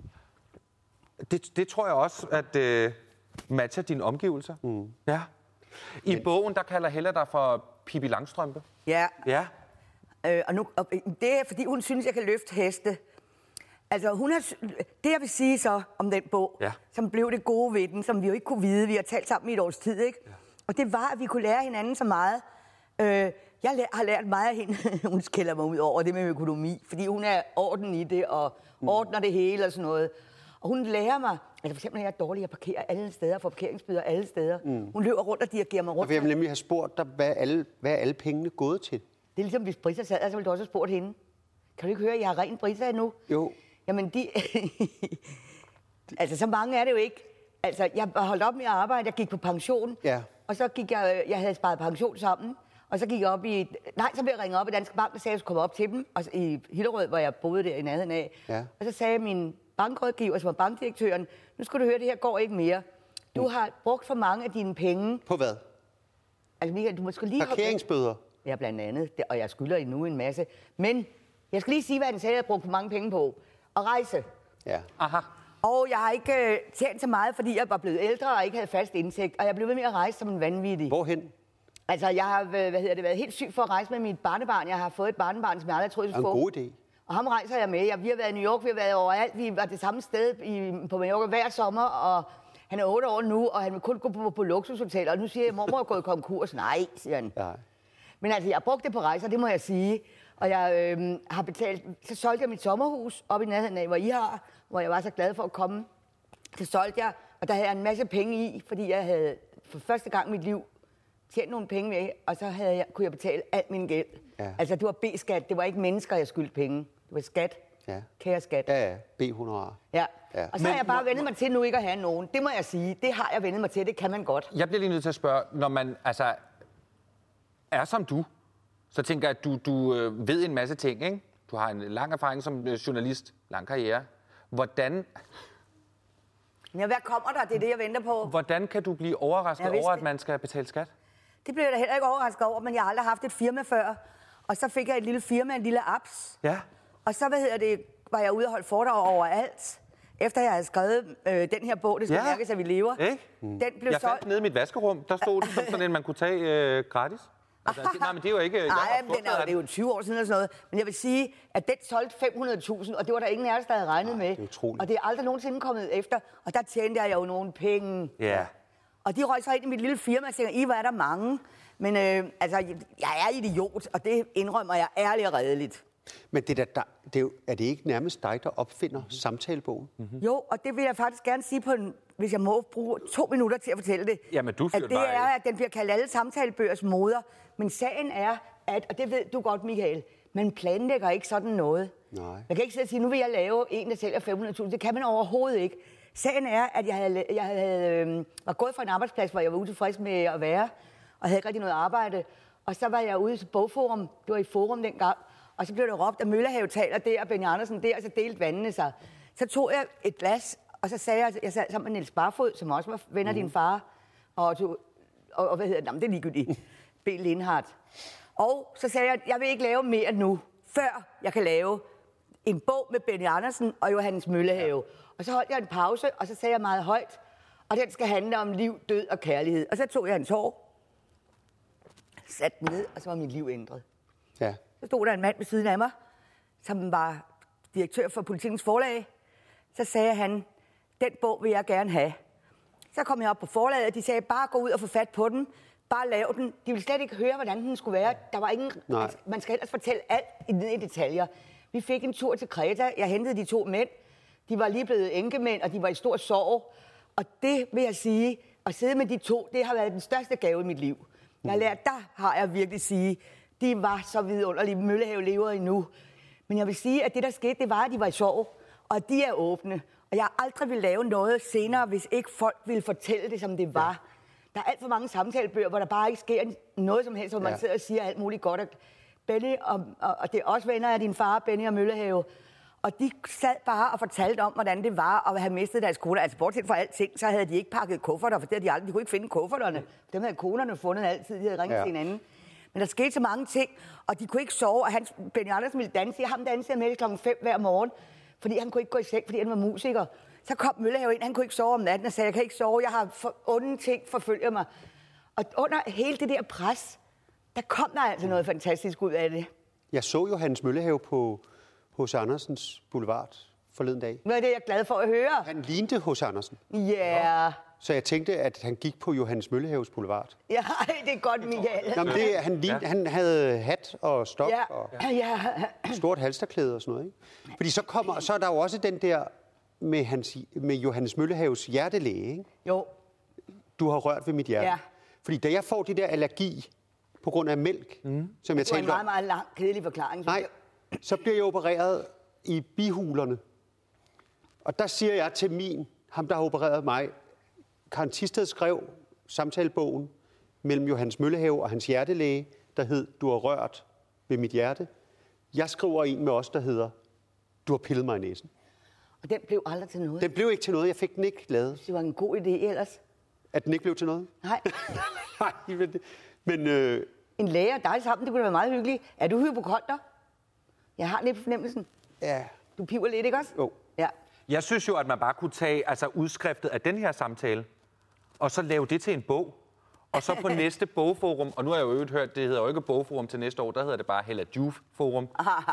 Det tror jeg også, at matcher dine omgivelser. Ja. I bogen, der kalder Hella dig for Pippi Langstrømpe. Ja. Ja. Og det er, fordi hun synes, jeg kan løfte heste. Altså, det jeg vil sige så om den bog, som blev det gode ved den, som vi jo ikke kunne vide, vi har talt sammen i et års tid, ikke? Ja. Og det var, at vi kunne lære hinanden så meget. Jeg har lært meget af hende. Hun skælder mig ud over det med økonomi, fordi hun er orden i det, og ordner det hele og sådan noget. Og hun lærer mig, altså for eksempel, når jeg er dårlig at parkere alle steder, får parkeringsbøder alle steder. Hun løber rundt og dirigerer mig rundt. Og jeg vil nemlig have spurgt dig, hvad er alle pengene gået til? Det er ligesom, hvis Brita sad, så ville du også have spurgt hende. Kan du ikke høre, at jeg har ren Brita nu? Jo. Jamen, altså, så mange er det jo ikke. Altså, jeg holdt op med at arbejde, jeg gik på pension. Ja. Og så gik jeg havde sparet pension sammen. Og så gik jeg op så blev jeg ringet op i Danske Bank, og sagde, at jeg skulle komme op til dem. Og i Hillerød, hvor jeg boede der i nærheden af. Ja. Og så sagde min bankrådgiver, som var bankdirektøren, nu skal du høre, det her går ikke mere. Du har brugt for mange af dine penge. På hvad? Altså, Michael, du må lige parkeringsbøder? Ja, blandt andet. Og jeg skylder endnu en masse. Men jeg skal lige sige, hvad han sagde, jeg havde brugt for mange penge på. At rejse. Ja. Aha. Og jeg har ikke tjent så meget, fordi jeg var blevet ældre og ikke havde fast indtægt. Og jeg blev ved med at rejse som en vanvittig. Hvorhen? Altså, jeg har været helt syg for at rejse med mit barnebarn. Jeg har fået et barnebarn, som jeg aldrig troede, jeg skulle få. En god idé. Og ham rejser jeg med. Vi har været i New York, vi har været overalt. Vi var det samme sted på Mallorca hver sommer, og han er 8 år nu, og han vil kun gå på luksushoteller. Og nu siger jeg, mormor er gået konkurs. Nej, siger han. Nej. Men altså, jeg har brugt det på rejser, det må jeg sige. Og jeg har betalt, så solgte jeg mit sommerhus op i nærheden af, hvor I har, hvor jeg var så glad for at komme. Så solgte jeg, og der havde jeg en masse penge i, fordi jeg havde for første gang i mit liv tjent nogle penge med, og så kunne jeg betale alt min gæld. Ja. Altså, det var B-skat, det var ikke mennesker, jeg skyldte penge. Det var skat. Ja. Kære skat. Ja, B-100. Ja. Og så har jeg bare vendet mig til nu ikke at have nogen. Det må jeg sige, det har jeg vendet mig til, det kan man godt. Jeg bliver lige nødt til at spørge, når man altså er som du, så tænker jeg, at du ved en masse ting, ikke? Du har en lang erfaring som journalist, lang karriere. Hvordan... Ja, hvad kommer der? Det er det, jeg venter på. Hvordan kan du blive overrasket over, at man skal betale skat? Det blev jeg da heller ikke overrasket over, men jeg har aldrig haft et firma før. Og så fik jeg et lille firma, en lille apps. Ja. Og så, var jeg ude og holde foredrag overalt. Efter jeg havde skrevet den her bog, det skal mærkes, at vi lever. Den blev jeg fandt nede i mit vaskerum, der stod den som sådan en, man kunne tage gratis. Altså, nej, men det er jo ikke... Nej, men det er jo 20 år siden eller sådan noget. Men jeg vil sige, at den solgte 500.000, og det var der ingen af os, der havde regnet med. Det er utroligt. Og det er aldrig nogensinde kommet efter. Og der tjente jeg jo nogle penge. Ja. Og de røg så ind i mit lille firma og tænker, hvor er der mange. Men altså, jeg er idiot, og det indrømmer jeg ærligt og redeligt. Men er det ikke nærmest dig, der opfinder samtalebogen? Mm-hmm. Jo, og det vil jeg faktisk gerne sige hvis jeg må bruge 2 minutter til at fortælle det. Jamen, du at det er, at den bliver kaldt alle samtalebøgers moder. Men sagen er, og det ved du godt, Michael, man planlægger ikke sådan noget. Nej. Man kan ikke sidde og sige, nu vil jeg lave en, der sælger 500.000. Det kan man overhovedet ikke. Sagen er, at jeg var gået fra en arbejdsplads, hvor jeg var utilfreds med at være, og havde ikke rigtig noget arbejde. Og så var jeg ude til Bogforum. Det var i Forum dengang. Og så blev der råbt, at Møllehave taler der, og Benny Andersen der, og så delte vandene sig. Så tog jeg et glas, og så sagde jeg sad sammen med Niels Barfod, som også var ven af din far, og hvad hedder det? Det er ligegyldigt. B. Lindhardt. Og så sagde jeg, at jeg vil ikke lave mere nu, før jeg kan lave en bog med Benny Andersen og Johannes Møllehave. Ja. Og så holdt jeg en pause, og så sagde jeg meget højt, og den skal handle om liv, død og kærlighed. Og så tog jeg en tår, satte den ned, og så var mit liv ændret. Ja. Så stod der en mand ved siden af mig, som var direktør for Politikens Forlag. Så sagde han, den bog vil jeg gerne have. Så kom jeg op på forlaget, og de sagde, bare gå ud og få fat på den. Bare lav den. De ville slet ikke høre, hvordan den skulle være. Der var ingen... Man skal ellers fortælle alt ned i detaljer. Vi fik en tur til Kreta. Jeg hentede de 2 mænd. De var lige blevet enkemænd, og de var i stor sorg. Og det vil jeg sige, at sidde med de 2, det har været den største gave i mit liv. Jeg har lært, der har jeg virkelig sige, de var så vidunderlige. Møllehave lever endnu. Men jeg vil sige, at det, der skete, det var, at de var i sorg. Og de er åbne. Og jeg har aldrig ville lave noget senere, hvis ikke folk ville fortælle det, som det var. Ja. Der er alt for mange samtalebøger, hvor der bare ikke sker noget som helst, hvor man sidder og siger alt muligt godt. Benny, og det er også venner af din far, Benny og Møllehave. Og de sad bare og fortalte om, hvordan det var at have mistet deres koner. Altså bortset fra alting, så havde de ikke pakket kufferter, for det havde de aldrig. De kunne ikke finde kufferterne. Dem havde konerne fundet altid. De havde ringet til hinanden. Men der skete så mange ting, og de kunne ikke sove. Og Benny Andersen ville danse. Ham dansede med klokken 5 hver morgen, fordi han kunne ikke gå i seng, fordi han var musiker. Så kom Møllehave ind, han kunne ikke sove om natten og sagde, jeg kan ikke sove, jeg har onde ting forfølger mig. Og under hele det der pres, der kom der altså noget fantastisk ud af det. Jeg så jo Hans Møllehave på H.C. Andersens Boulevard forleden dag. Hvad er det, jeg er glad for at høre? Han lignede H.C. Andersen. Ja. Yeah. Så jeg tænkte, at han gik på Johannes Møllehaves Boulevard. Ja, det er godt, Michael. Nå, han havde hat og stok og stort halsterklæde og sådan noget. Ikke? Fordi så er der jo også den der med Johannes Møllehaves hjertelæge. Ikke? Jo. Du har rørt ved mit hjerte. Ja. Fordi da jeg får de der allergi på grund af mælk, som jeg talte om... Det var en meget lang, kedelig forklaring. Nej, så bliver jeg opereret i bihulerne. Og der siger jeg til ham der har opereret mig, Karen Thisted skrev samtalebogen mellem Johannes Møllehave og hans hjertelæge, der hed Du har rørt ved mit hjerte. Jeg skriver en med os, der hedder Du har pillet mig i næsen. Og den blev aldrig til noget? Den blev ikke til noget. Jeg fik den ikke lavet. Det var en god idé ellers. At den ikke blev til noget? Nej. Nej, men... En læge og dig sammen, det kunne være meget hyggeligt. Er du hypokonter? Jeg har lidt fornemmelsen. Ja. Du piver lidt, ikke også? Jo. Ja. Jeg synes jo, at man bare kunne tage udskriftet af den her samtale, og så lave det til en bog. Og så på næste bogforum, og nu har jeg jo øvrigt hørt, det hedder jo ikke bogforum til næste år, der hedder det bare Hella Joof Forum.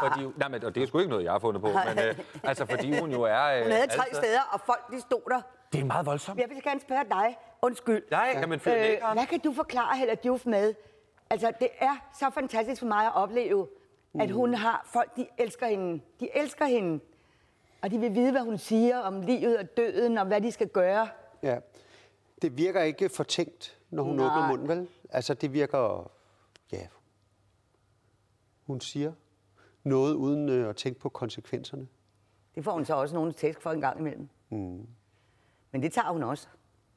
Og det er sgu ikke noget, jeg har fundet på, men fordi hun jo er... Hun havde 3 steder, og folk de stod der. Det er meget voldsomt. Jeg vil gerne spørge dig, undskyld. Nej, men hvad kan du forklare Hella Joof med? Altså, det er så fantastisk for mig at opleve, at hun har folk, de elsker hende. De elsker hende. Og de vil vide, hvad hun siger om livet og døden, og hvad de skal gøre. Ja, det virker ikke fortænkt, når hun åbner munden, vel? Altså, det virker... Ja, hun siger noget uden at tænke på konsekvenserne. Det får hun så også nogle tæsk for en gang imellem. Men det tager hun også.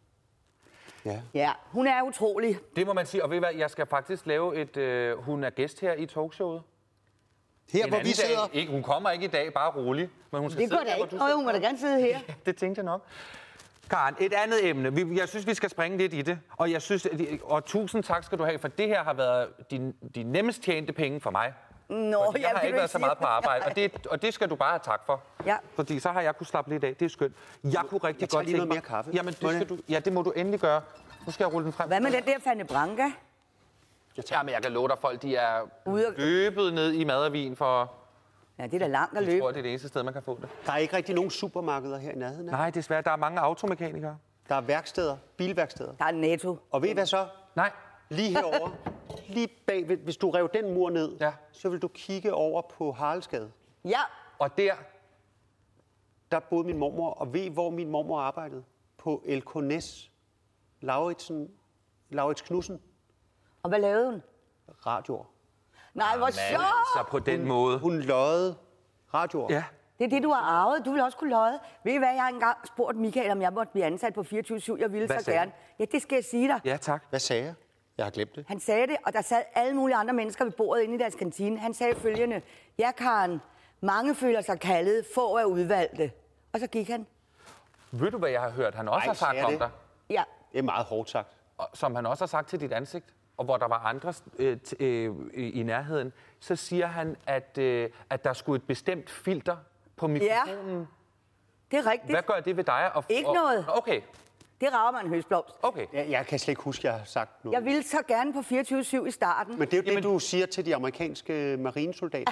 Ja. Ja, hun er utrolig. Det må man sige, og ved I hvad, jeg skal faktisk lave hun er gæst her i talkshowet. Her, hvor vi sidder. Ikke, hun kommer ikke i dag, bare rolig. Men hun skal det går da ikke. Hun må da gerne sidde her. Ja, det tænkte jeg nok. Karen, et andet emne. Jeg synes, vi skal springe lidt i det. Og jeg synes, og tusind tak skal du have, for det her har været de nemmest tjente penge for mig. Jeg har ikke været så meget på arbejde, og det skal du bare have tak for. Ja. Fordi så har jeg kunnet slappe lidt af. Det er skønt. Jeg kunne rigtig godt tænke mig... mere kaffe. Jamen, det må du endelig gøre. Nu skal jeg rulle den frem. Hvad med den der Fanny Branca? Jamen, jeg kan love dig, folk de er løbet ned i Madavin for... Ja, det er da langt at løbe. Jeg tror, det er det eneste sted, man kan få det. Der er ikke rigtig nogen supermarkeder her i nærheden. Nej, desværre. Der er mange automekanikere. Der er værksteder, bilværksteder. Der er Netto. Og ved I hvad så? Nej. Lige herovre, lige bag, hvis du rev den mur ned, så vil du kigge over på Haraldsgade. Ja. Og der boede min mormor, og ved hvor min mormor arbejdede? På LK Næs. Laurits Knudsen. Og hvad lavede hun? Radioer. Nej, hvor sjovt! Så på den måde. Hun løjede radioer. Ja. Det er det, du har arvet. Du vil også kunne løje. Ved I hvad, jeg har engang spurgt Michael, om jeg måtte blive ansat på 24/7. Jeg ville så gerne. Ja, det skal jeg sige dig. Ja, tak. Hvad sagde jeg? Jeg har glemt det. Han sagde det, og der sad alle mulige andre mennesker ved bordet inde i deres kantine. Han sagde følgende: ja, Karen, mange føler sig kaldet, få er udvalgte. Og så gik han. Ved du, hvad jeg har hørt, han også har sagt om dig? Ja. Det er meget hårdt sagt. Som han også har sagt til dit ansigt, og hvor der var andre i nærheden, så siger han, at der skulle et bestemt filter på mikrofonen. Ja, det er rigtigt. Hvad gør det ved dig? Ikke noget. Okay. Det rager man en høstblomst. Okay. Jeg kan slet ikke huske, at jeg har sagt noget. Jeg ville så gerne på 24/7 i starten. Men det er jo det, du siger til de amerikanske marinesoldater.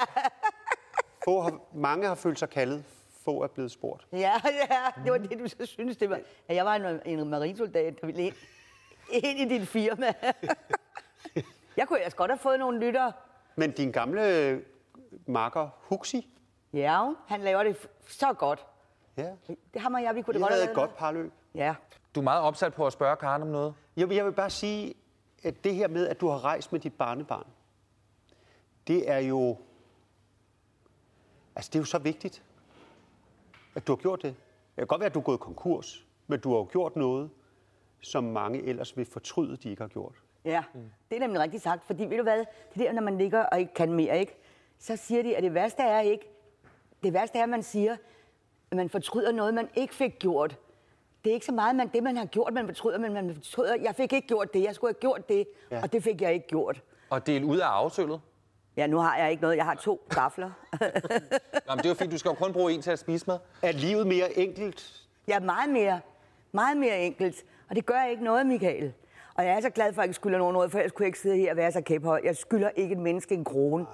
Ja. Mange har følt sig kaldet. Få er blevet spurgt. Ja, det var det, du så synes, det var. At jeg var en marinesoldat, der ville ind. ind i dit firma. Jeg kunne ellers godt have fået nogle lyttere. Men din gamle makker, Huxi? Ja, han laver det så godt. Ja. Det har jeg, vi kunne det godt have have et godt parløb. Ja. Du er meget opsat på at spørge Karen om noget. Jeg vil bare sige, at det her med, at du har rejst med dit barnebarn, det er jo... Altså, det er jo så vigtigt, at du har gjort det. Det kan godt være, at du er gået konkurs, men du har jo gjort noget, som mange ellers vil fortryde, de ikke har gjort. Ja, det er nemlig rigtigt sagt, fordi ved du hvad, det der, når man ligger og ikke kan mere, ikke, så siger de, at det værste er, at man siger, at man fortryder noget, man ikke fik gjort. Det er ikke så meget det, man har gjort, man fortryder, men man fortryder, jeg fik ikke gjort det, jeg skulle have gjort det, og det fik jeg ikke gjort. Og dele ud af arvesølvet? Ja, nu har jeg ikke noget, jeg har 2 gafler. Nå, men det er jo fint, du skal jo kun bruge 1 til at spise med. Er livet mere enkelt? Ja, meget mere enkelt, og det gør ikke noget, Michael. Og jeg er så glad for, at jeg ikke skylder nogen noget, for ellers kunne jeg ikke sidde her og være så kæphøj. Jeg skylder ikke et menneske en krone.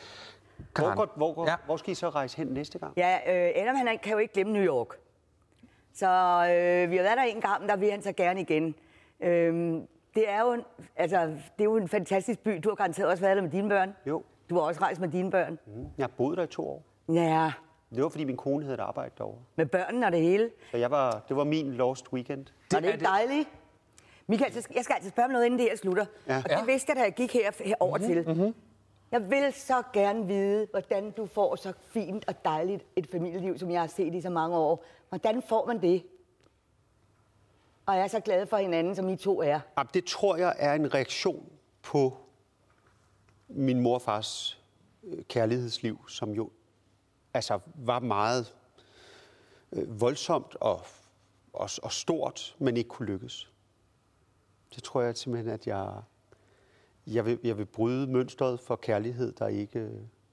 Hvor skal I så rejse hen næste gang? Ja, Adam han kan jo ikke glemme New York. Så vi har været der en gang, der vil han så gerne igen. Det er jo en fantastisk by. Du har garanteret også været der med dine børn. Jo. Du har også rejst med dine børn. Jeg har boet der i 2 år. Ja. Det var, fordi min kone havde et arbejde derovre. Med børnene og det hele. Så det var min lost weekend. Det er dejligt. Michael, jeg skal altså spørge om noget, inden det her slutter. Ja. Og det vidste jeg, da jeg gik herover til. Mm-hmm. Jeg vil så gerne vide, hvordan du får så fint og dejligt et familieliv, som jeg har set i så mange år. Hvordan får man det? Og jeg er så glad for hinanden, som I 2 er. Det tror jeg er en reaktion på min mor og fars kærlighedsliv, som jo altså var meget voldsomt og stort, men ikke kunne lykkes. Det tror jeg simpelthen, at jeg vil bryde mønstret for kærlighed, der ikke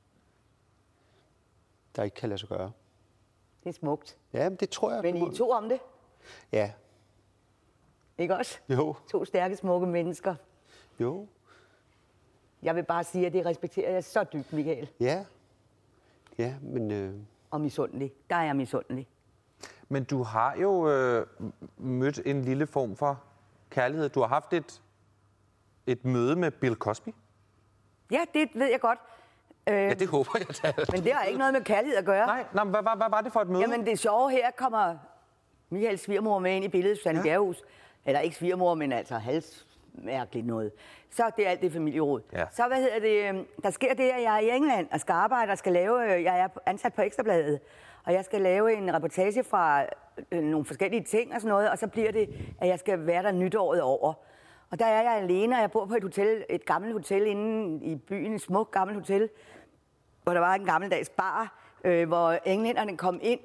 kan lade sig gøre. Det er smukt. Ja, men det tror jeg. Men I 2 om det? Ja. Ikke også? Jo. 2 stærke, smukke mennesker. Jo. Jeg vil bare sige, at det respekterer jeg så dybt, Michael. Ja. Ja, men... Og misundelig. Der er jeg misundelig. Men du har jo mødt en lille form for kærlighed. Du har haft et møde med Bill Cosby. Ja, det ved jeg godt. Ja, det håber jeg da. Men det har ikke noget med kærlighed at gøre. Nej, hvad var det for et møde? Jamen, det sjove her kommer Michaels svigermor med ind i billedet, Susanne Bjerghus. Eller ikke svigermor, men altså halsmærkeligt noget. Så det er alt det familieråd. Ja. Så der sker det, at jeg er i England og skal arbejde og skal lave, jeg er ansat på Ekstra Bladet, og jeg skal lave en reportage fra nogle forskellige ting og sådan noget, og så bliver det, at jeg skal være der nytåret over. Og der er jeg alene, og jeg bor på et gammelt hotel inde i byen, et smukt gammelt hotel, hvor der var en gammeldags bar, hvor englænderne kom ind.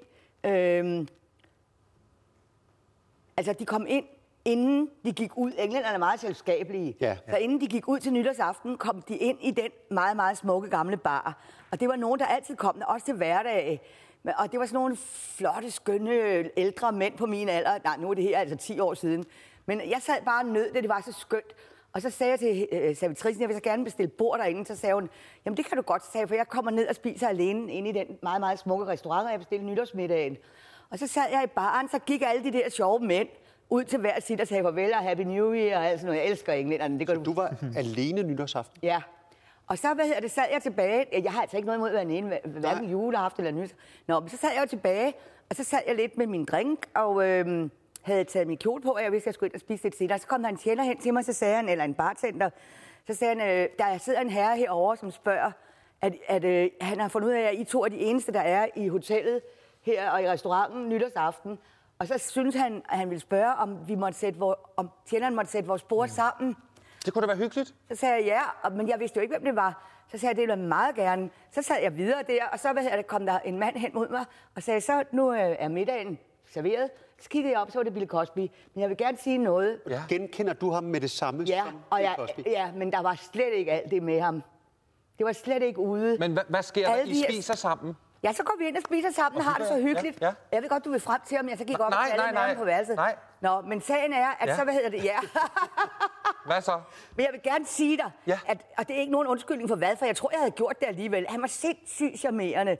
De kom ind, inden de gik ud. Englænderne er meget selskabelige. Ja. Så inden de gik ud til nytårsaften, kom de ind i den meget, meget smukke gamle bar. Og det var nogen, der altid kom, også til hverdag. Og det var sådan nogle flotte, skønne, ældre mænd på min alder. Nej, nu er det her altså 10 år siden. Men jeg sad bare og nød det var så skønt. Og så sagde jeg til servitricen, jeg vil så gerne bestille bord derinde. Så sagde hun, jamen det kan du godt, sagde, for jeg kommer ned og spiser alene inde i den meget, meget smukke restaurant, og jeg bestilte nytårsmiddagen. Og så sad jeg i baren, så gik alle de der sjove mænd ud til hver sit og sagde farvel og Happy New Year og alt sådan noget. Jeg elsker englænderne. Det så du var alene nytårsaften? Ja. Og så sad jeg tilbage. Jeg har altså ikke noget imod at være alene, hverken juleaften eller nyt. Nå, men så sad jeg jo tilbage, og så sad jeg lidt med min drink, og havde taget min kjole på, og jeg vidste, at jeg skulle ind og spise lidt senere. Så kom der en tjener hen til mig, så sagde han, eller en bartender, så sagde han, der sidder en herre herovre, som spørger, at han har fundet ud af, at I 2 er de eneste, der er i hotellet her og i restauranten nytårsaften. Og så synes han, at han ville spørge, om tjeneren måtte sætte vores bord sammen. Det kunne da være hyggeligt. Så sagde jeg ja, men jeg vidste jo ikke, hvem det var. Så sagde jeg, det ville jeg meget gerne. Så sad jeg videre der, og så kom der en mand hen mod mig og sagde, så nu er middagen serveret. Så kiggede jeg op, så var det Bill Cosby. Men jeg vil gerne sige noget. Ja. Genkender du ham med det samme som Bill Cosby? Ja, men der var slet ikke alt det med ham. Det var slet ikke ude. Men hvad sker der? I spiser sammen? Ja, så går vi ind og spiser sammen og har det så hyggeligt. Ja. Jeg ved godt, du vil frem til, om jeg så gik op og talte med ham på værelset. Nej. Nå, men sagen er, at så, Hvad så? Men jeg vil gerne sige dig, at, og det er ikke nogen undskyldning for hvad, for jeg tror, jeg havde gjort det alligevel. Han var sindssygt charmerende.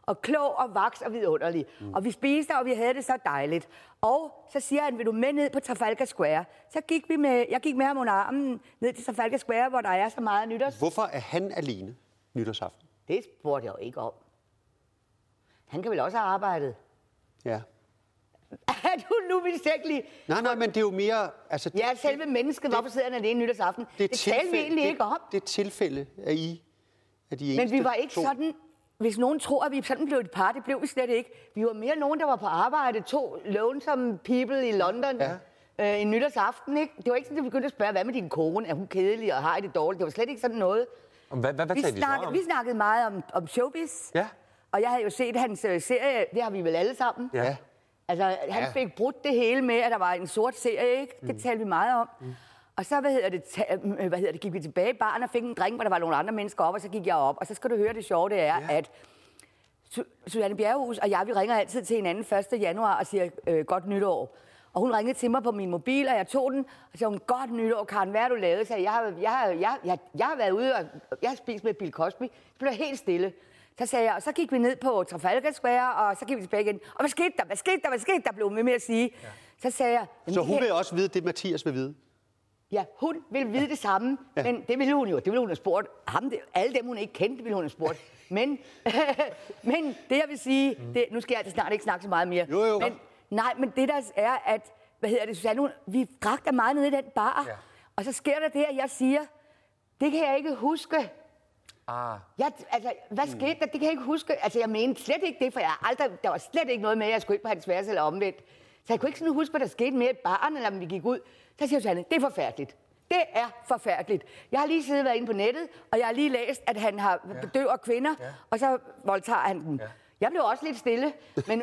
og klog og vaks og vidunderlig. Og vi spiste, og vi havde det så dejligt. Og så siger han, vil du med ned på Trafalgar Square? Så jeg gik med ham under armen ned til Trafalgar Square, hvor der er så meget nytårs. Hvorfor er han alene nytårsaften? Det spurgte jeg jo ikke om. Han kan vel også have arbejdet. Ja. Er du nu mistænkelig? Nej, men det er jo mere... Altså, ja, selve mennesket. Hvorfor sidder han alene nytårsaften? Det talte vi egentlig ikke om. Det er tilfælde, at de eneste... Men vi var ikke sådan... Hvis nogen tror, at vi sådan blev et par, det blev vi slet ikke. Vi var mere nogen, der var på arbejde. 2 lonesome people i London en nytårsaften, ikke? Det var ikke sådan, at vi begyndte at spørge, hvad med din kone? Er hun kedelig og har I det dårligt? Det var slet ikke sådan noget. Hvad talte I så om? Vi snakkede meget om showbiz. Ja. Og jeg havde jo set hans serie. Det har vi vel alle sammen. Ja. Altså, han fik brudt det hele med, at der var en sort serie, ikke? Det talte vi meget om. Og så, gik vi tilbage i baren og fik en drink, hvor der var nogle andre mennesker op, og så gik jeg op. Og så skal du høre, det sjove det er, at Suzanne Bjerrehuus og jeg, vi ringer altid til hinanden 1. januar og siger godt nytår. Og hun ringede til mig på min mobil, og jeg tog den, og sagde hun, godt nytår, Karen, hvad har du lavet? Så jeg har været ude, og jeg har spist med Bill Cosby. Det blev helt stille. Så sagde jeg, og så gik vi ned på Trafalgar Square, og så gik vi tilbage igen. Og hvad skete der? Blev hun med at sige. Ja. Så sagde jeg... Så hun vil også vide det, Mathias vil vide? Ja, hun ville vide det samme, men det ville hun jo. Det ville hun have spurgt ham. Alle dem, hun ikke kendte, ville hun have spurgt. Men det, jeg vil sige... nu skal jeg altså snart ikke snakke så meget mere. Jo. Men det der er, at... Susanne, vi drak der meget nede i den bar. Ja. Og så sker der det, at jeg siger... Det kan jeg ikke huske. Hvad skete der? Det kan jeg ikke huske. Altså, jeg mente slet ikke det, for der var slet ikke noget med, at jeg skulle ikke på hans værelse eller omvendt. Så jeg kunne ikke sådan huske, hvad der skete med et barn, eller om vi gik ud. Så siger Susanne, det er forfærdeligt. Det er forfærdeligt. Jeg har lige siddet været inde på nettet, og jeg har lige læst, at han har bedøver kvinder, og så voldtager han dem. Ja. Jeg blev også lidt stille, men...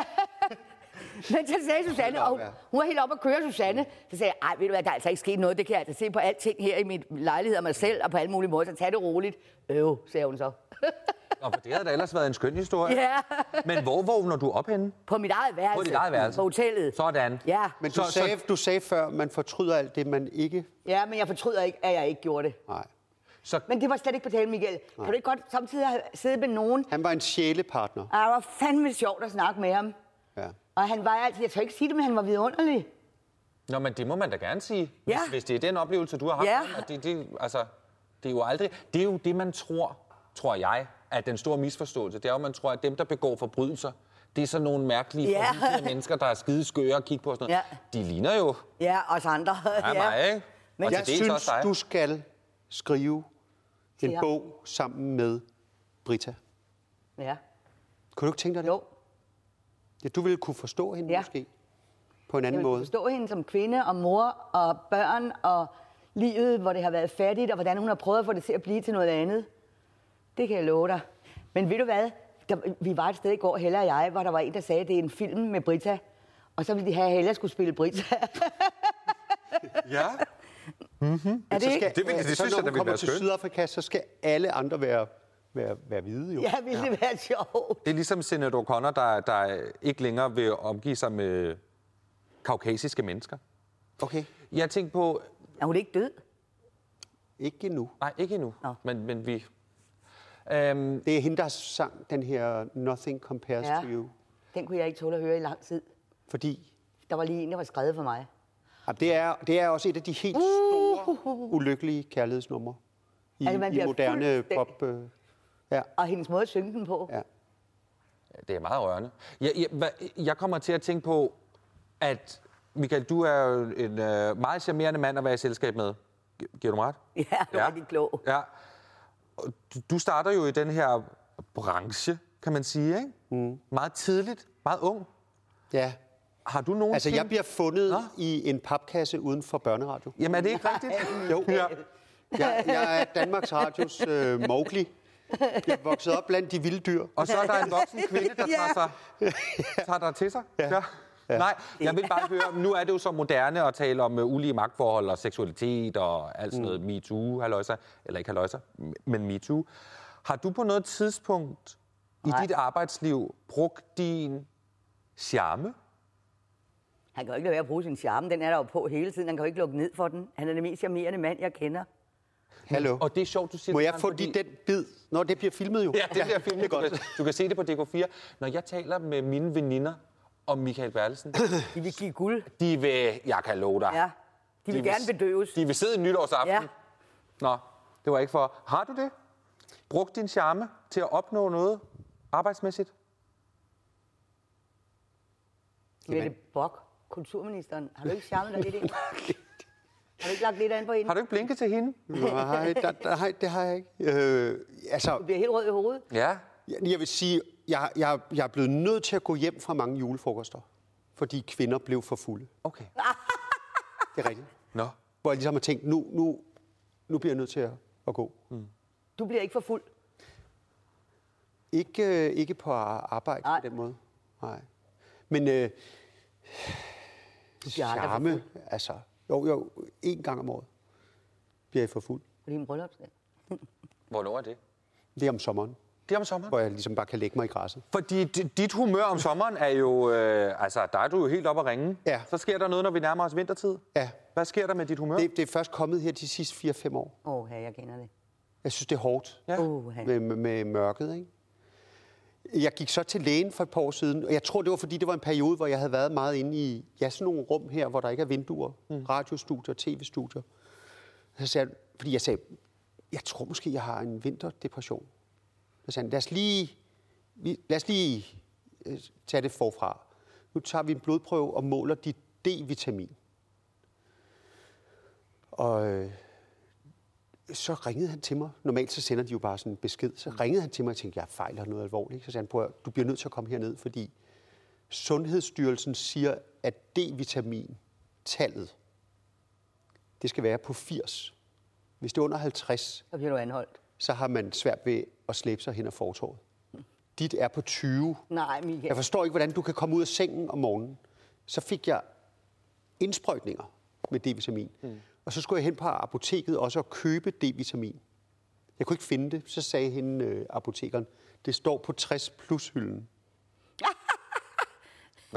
Men så sagde Susanne, og hun var helt oppe at køre Susanne. Så sagde jeg, ved du hvad, der er altså ikke sket noget. Det kan jeg altså se på alting her i min lejlighed og mig selv, og på alle mulige måder. Så tag det roligt. Sagde hun så. For det havde da ellers været en skøn historie. Ja. Men hvor vågner du op henne? På mit eget værelse. På dit eget værelse? På hotellet. Sådan. Ja. Men du sagde før, man fortryder alt det, man ikke... Ja, men jeg fortryder ikke, at jeg ikke gjorde det. Nej. Men det var slet ikke på tale, Michael. Kan du ikke godt samtidig have siddet med nogen? Han var en sjælepartner. Det var fandme sjovt at snakke med ham. Ja. Og han var altid, jeg tør ikke sige det, men han var vidunderlig. Nå, men det må man da gerne sige, ja. hvis det er den oplevelse, du har haft. Ja. Det er jo aldrig... Det er jo det, man tror jeg, at den store misforståelse. Det er jo, man tror, at dem, der begår forbrydelser, det er sådan nogle mærkelige mennesker, der er skide skøre at kigge på. Sådan noget. De ligner jo... Ja, os andre. Mig, ikke? Men jeg synes, du skal skrive en bog sammen med Britta. Ja. Kunne du ikke tænke dig det? Jo. Ja, du ville kunne forstå hende måske på en anden måde. Forstå hende som kvinde og mor og børn og livet, hvor det har været fattigt, og hvordan hun har prøvet at få det til at blive til noget andet. Det kan jeg love dig. Men ved du hvad? Vi var et sted i går, Hella og jeg, hvor der var en, der sagde, at det er en film med Britta. Og så ville de have, at Hella skulle spille Britta. Ja. Mm-hmm. Er det ikke? Det synes jeg, der vil være skønt. Til Sydafrika, så skal alle andre være hvide, jo. Ja, ville det være sjovt. Det er ligesom Sinéad O'Connor, der ikke længere vil omgive sig med kaukasiske mennesker. Okay. Jeg tænkte på... Er hun ikke død? Ikke endnu. Nej, ikke endnu. Men vi... Det er hende, der sang den her Nothing Compares to You. Den kunne jeg ikke tåle at høre i lang tid. Fordi? Der var lige en, der var skrevet for mig. Ja, det er også et af de helt store, ulykkelige kærlighedsnumre i moderne pop. Og hendes måde at synge den på. Ja. Det er meget rørende. Jeg kommer til at tænke på, at Michael, du er jo en meget charmerende mand at være i selskab med. Giver du mig ret? Ja, du er rigtig klog. Ja. Du starter jo i den her branche, kan man sige, ikke? Mm. Meget tidligt, meget ung. Ja. Har du nogen Altså, jeg bliver fundet i en papkasse uden for børneradio. Jamen, er det ikke rigtigt? Jo. Ja. Jeg er Danmarks Radios Mowgli. Jeg er vokset op blandt de vilde dyr. Og så er der en voksen kvinde, der tager dig til sig? Ja. Nej, jeg vil bare høre, nu er det jo så moderne at tale om ulige magtforhold og seksualitet og alt sådan noget MeToo, halløjsa, eller ikke halløjsa, men MeToo. Har du på noget tidspunkt i dit arbejdsliv brugt din charme? Han kan jo ikke lade være at bruge sin charme. Den er der jo på hele tiden. Han kan jo ikke lukke ned for den. Han er den mest charmerende mand, jeg kender. Hallo. Og det er sjovt, du siger Må det. Jeg få den bid? Nå, det bliver filmet jo. Ja, det bliver filmet. Du kan se det på DK4. Når jeg taler med mine veninder om Michael Bertelsen... De vil give guld. De vil... Jeg kan love dig. Ja, de vil gerne bedøves. De vil sidde nytårsaften. Ja. Nå, det var ikke for... Har du det? Brugt din charme til at opnå noget arbejdsmæssigt? Mette Bock, kulturministeren. Har du ikke charmet dig lidt ind? Har du ikke lagt lidt an på hende? Har du ikke blinket til hende? Nej, det har jeg ikke. Du bliver helt rød i hovedet. Ja. Jeg vil sige, jeg er blevet nødt til at gå hjem fra mange julefrokoster, fordi kvinder blev for fulde. Okay. Det er rigtigt. Nå. Hvor jeg ligesom har tænkt, nu bliver jeg nødt til at gå. Du bliver ikke for fuld. Ikke på arbejde på den måde. Nej. Men charme, altså... Jo, 1 gang om året bliver jeg for fuld. På din bryllupsdag. Hvornår er det? Det er om sommeren. Det er om sommeren? Hvor jeg ligesom bare kan lægge mig i græsset. Fordi dit humør om sommeren er jo... der er du jo helt op at ringe. Ja. Så sker der noget, når vi nærmer os vintertid. Ja. Hvad sker der med dit humør? Det er først kommet her de sidste 4-5 år. Jeg kender det. Jeg synes, det er hårdt med mørket, ikke? Jeg gik så til lægen for et par år siden, og jeg tror, det var, fordi det var en periode, hvor jeg havde været meget inde i sådan nogle rum her, hvor der ikke er vinduer, radiostudier, tv-studier. Så sagde jeg sagde, jeg tror måske, jeg har en vinterdepression. Så sagde han, lad os lige tage det forfra. Nu tager vi en blodprøve og måler dit D-vitamin. Og så ringede han til mig. Normalt så sender de jo bare sådan en besked. Så ringede han til mig og tænkte, jeg fejler noget alvorligt. Så sagde han, prøv at, du bliver nødt til at komme herned, fordi Sundhedsstyrelsen siger, at D-vitamin-tallet, det skal være på 80. Hvis det er under 50, så bliver du anholdt. Så har man svært ved at slæbe sig hen ad fortovet. Dit er på 20. Nej, Michael. Jeg forstår ikke, hvordan du kan komme ud af sengen om morgenen. Så fik jeg indsprøjtninger med D-vitamin. Og så skulle jeg hen på apoteket også og købe D-vitamin. Jeg kunne ikke finde det. Så sagde hende apotekeren, det står på 60+-hylden. Nå,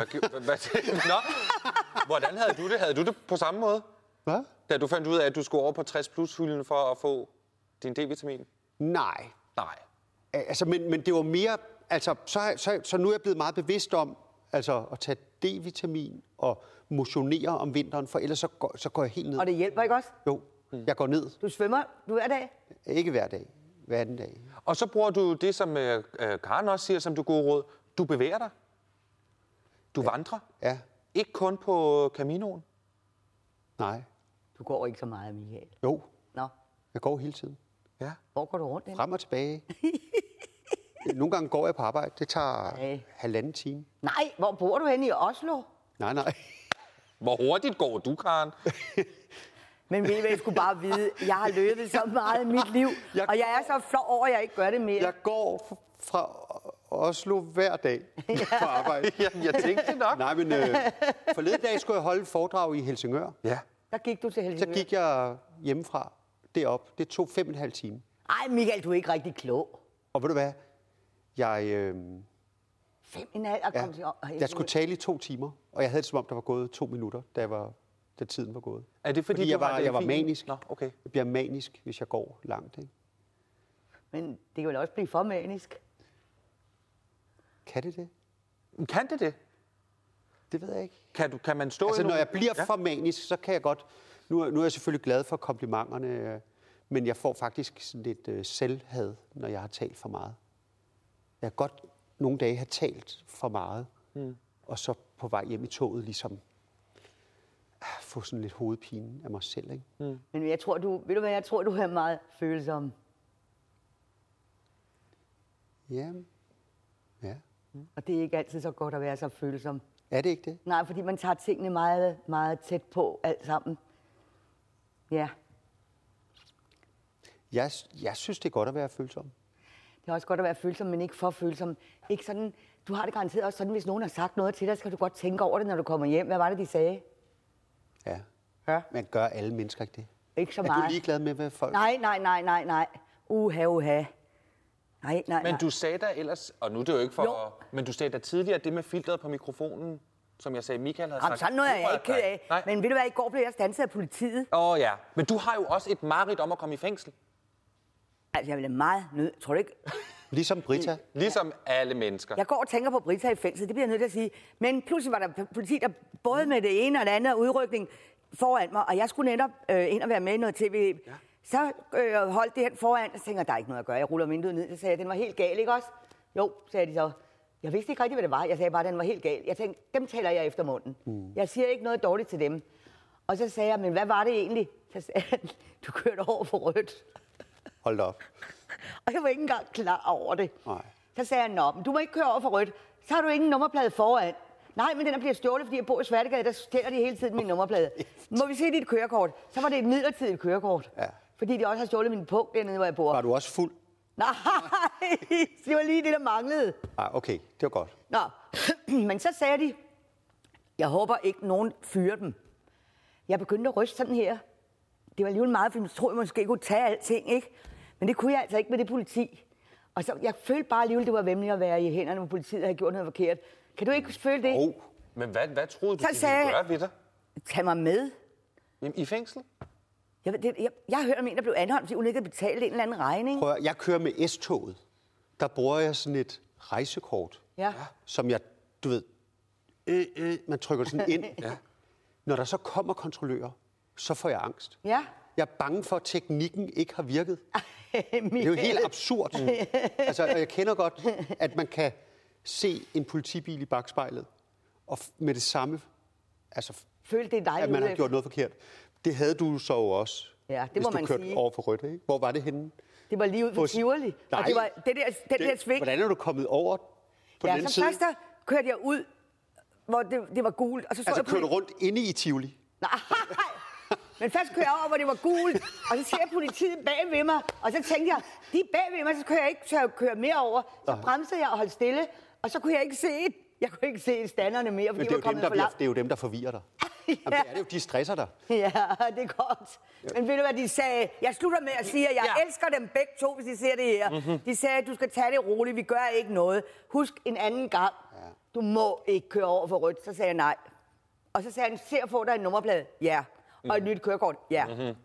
hvordan havde du det? Havde du det på samme måde? Hvad? Da du fandt ud af, at du skulle over på 60+-hylden for at få din D-vitamin? Nej. Nej. Altså, men det var mere... Altså, så nu er jeg blevet meget bevidst om at tage D-vitamin og motionere om vinteren, for ellers så går jeg helt ned. Og det hjælper ikke også? Jo, jeg går ned. Du svømmer hver dag? Ikke hver dag. Hver anden dag. Og så bruger du det, som Karen også siger, som du gode råd. Du bevæger dig. Du vandrer. Ja. Ikke kun på Caminoen. Nej. Du går ikke så meget, Michael. Jo. Nå. Jeg går hele tiden. Ja. Hvor går du rundt? Frem og tilbage. Nogle gange går jeg på arbejde. Det tager 1,5 time. Nej, hvor bor du henne i Oslo? Nej. Hvor hurtigt går du, Karen? Men ved I hvad, jeg skulle bare vide, jeg har løbet så meget i mit liv, og jeg er så flov over, at jeg ikke gør det mere. Jeg går fra Oslo hver dag på arbejde. Jeg tænkte det nok. Nej, men forleden dag skulle jeg holde et foredrag i Helsingør. Ja. Der gik du til Helsingør? Så gik jeg hjemmefra derop. Det tog 5,5 timer. Ej, Michael, du er ikke rigtig klog. Og ved du hvad? Jeg 5,5 at komme til jeg skulle tale i 2 timer, og jeg havde det som om, der var gået 2 minutter, da tiden var gået. Er det fordi jeg var manisk. Nå, okay. Jeg bliver manisk, hvis jeg går langt, ikke? Men det kan vel også blive for manisk? Kan det det? Kan det det? Det ved jeg ikke. Kan man stå altså, når jeg bliver for manisk, så kan jeg godt... Nu er jeg selvfølgelig glad for komplimenterne, men jeg får faktisk sådan lidt selvhad, når jeg har talt for meget. Jeg kan godt nogle dage have talt for meget, og så på vej hjem i toget ligesom få sådan lidt hovedpine af mig selv, ikke? Men jeg tror, du er meget følsom. Ja. Og det er ikke altid så godt at være så følsom. Er det ikke det? Nej, fordi man tager tingene meget, meget tæt på alt sammen. Ja. Jeg synes, det er godt at være følsom. Det er også godt at være følsom, men ikke for følsom. Ikke sådan, du har det garanteret også sådan, hvis nogen har sagt noget til dig, så kan du godt tænke over det, når du kommer hjem. Hvad var det, de sagde? Ja. Men gør alle mennesker ikke det? Ikke så meget. Er du ligeglad med, hvad folk... Nej. Uha. Nej. Men du sagde da ellers, og nu er det jo ikke for... Men du sagde da tidligere, det med filteret på mikrofonen, som jeg sagde, Michael havde sagt. Sådan noget er jeg ikke ked af. Nej. Men ved du hvad, i går blev jeg standset af politiet. Ja. Men du har jo også et mareridt om at komme i fængsel. Altså, jeg vil meget nødt. Tror du ikke? Ligesom Britta. Ligesom alle mennesker. Jeg går og tænker på Britta i fængsel, det bliver jeg nødt til at sige. Men pludselig var der politi, der både med det ene og det andet udrykning foran mig, og jeg skulle netop ind og være med i noget tv. Ja. Så holdt det hen foran, og så tænker jeg, der er ikke noget at gøre. Jeg ruller vinduet ned, så sagde jeg, den var helt gal, ikke også? Jo, sagde de så. Jeg vidste ikke rigtig, hvad det var. Jeg sagde bare, den var helt gal. Jeg tænkte, dem taler jeg efter munden. Jeg siger ikke noget dårligt til dem. Og så sagde jeg, men hvad var det egentlig? Så sagde han, du kørte over for rødt. Hold op. Og jeg var ikke engang klar over det. Nej. Så sagde han, nå, men du må ikke køre over for rødt. Så har du ingen nummerplade foran. Nej, men den er bliver stjålet, fordi jeg bor i Svertegade, der stjæler de hele tiden min nummerplade. Må vi se dit kørekort? Så var det et midlertidigt kørekort. Ja. Fordi de også har stjålet min punkt dernede, hvor jeg bor. Var du også fuld? Nej, det var lige det, der manglede. Okay, det var godt. Nå, men så sagde de, jeg håber ikke, nogen fyrer dem. Jeg begyndte at ryste sådan her. Det var alligevel meget, for jeg troede, jeg måske kunne tage alting, ikke? Men det kunne jeg altså ikke med det politi. Og så, jeg følte bare alligevel, det var væmmeligt at være i hænderne med politiet, der havde gjort noget forkert. Kan du ikke føle det? Men hvad troede du, så de ville gøre ved dig? Tag mig med. I fængsel? Jeg har hørt om en, der blev anholdt, fordi hun ikke havde betalt en eller anden regning. Prøv, jeg kører med S-toget. Der bruger jeg sådan et rejsekort, som jeg, du ved, man trykker sådan ind. Når der så kommer kontrollører, så får jeg angst. Ja. Jeg er bange for, at teknikken ikke har virket. Det er jo helt absurd. Altså, jeg kender godt, at man kan se en politibil i bagspejlet, og med det samme, altså, følte det dig, at man har gjort noget forkert. Det havde du så også, det hvis må du man kørte sige. over for rødt, ikke? Hvor var det henne? Det var lige ud for Tivoli. Nej, og det var den der sving. Hvordan er du kommet over på den så side? først der kørte jeg ud, hvor det var gult. Og så altså kørte du rundt inde i Tivoli? Nej, men først kører jeg over, hvor det var gult, og så ser jeg politiet bag ved mig, og så tænkte jeg, de er bag ved mig, så kører jeg ikke, så jeg kører mere over. Så bremsede jeg og holdt stille, og så kunne jeg ikke se standerne mere, fordi men det var kommet for langt. Det er jo dem, der forvirrer dig. Jamen, det er det jo, de stresser dig. Ja, det er godt. Men ved du, hvad de sagde? Jeg slutter med at sige, at jeg elsker dem begge to, hvis de ser det her. De sagde, at du skal tage det roligt, vi gør ikke noget. Husk en anden gang, du må ikke køre over for rødt. Så sagde jeg nej. Og så sagde han, se at få dig en nummerplade. Ja. Og et nyt kørekort. Ja.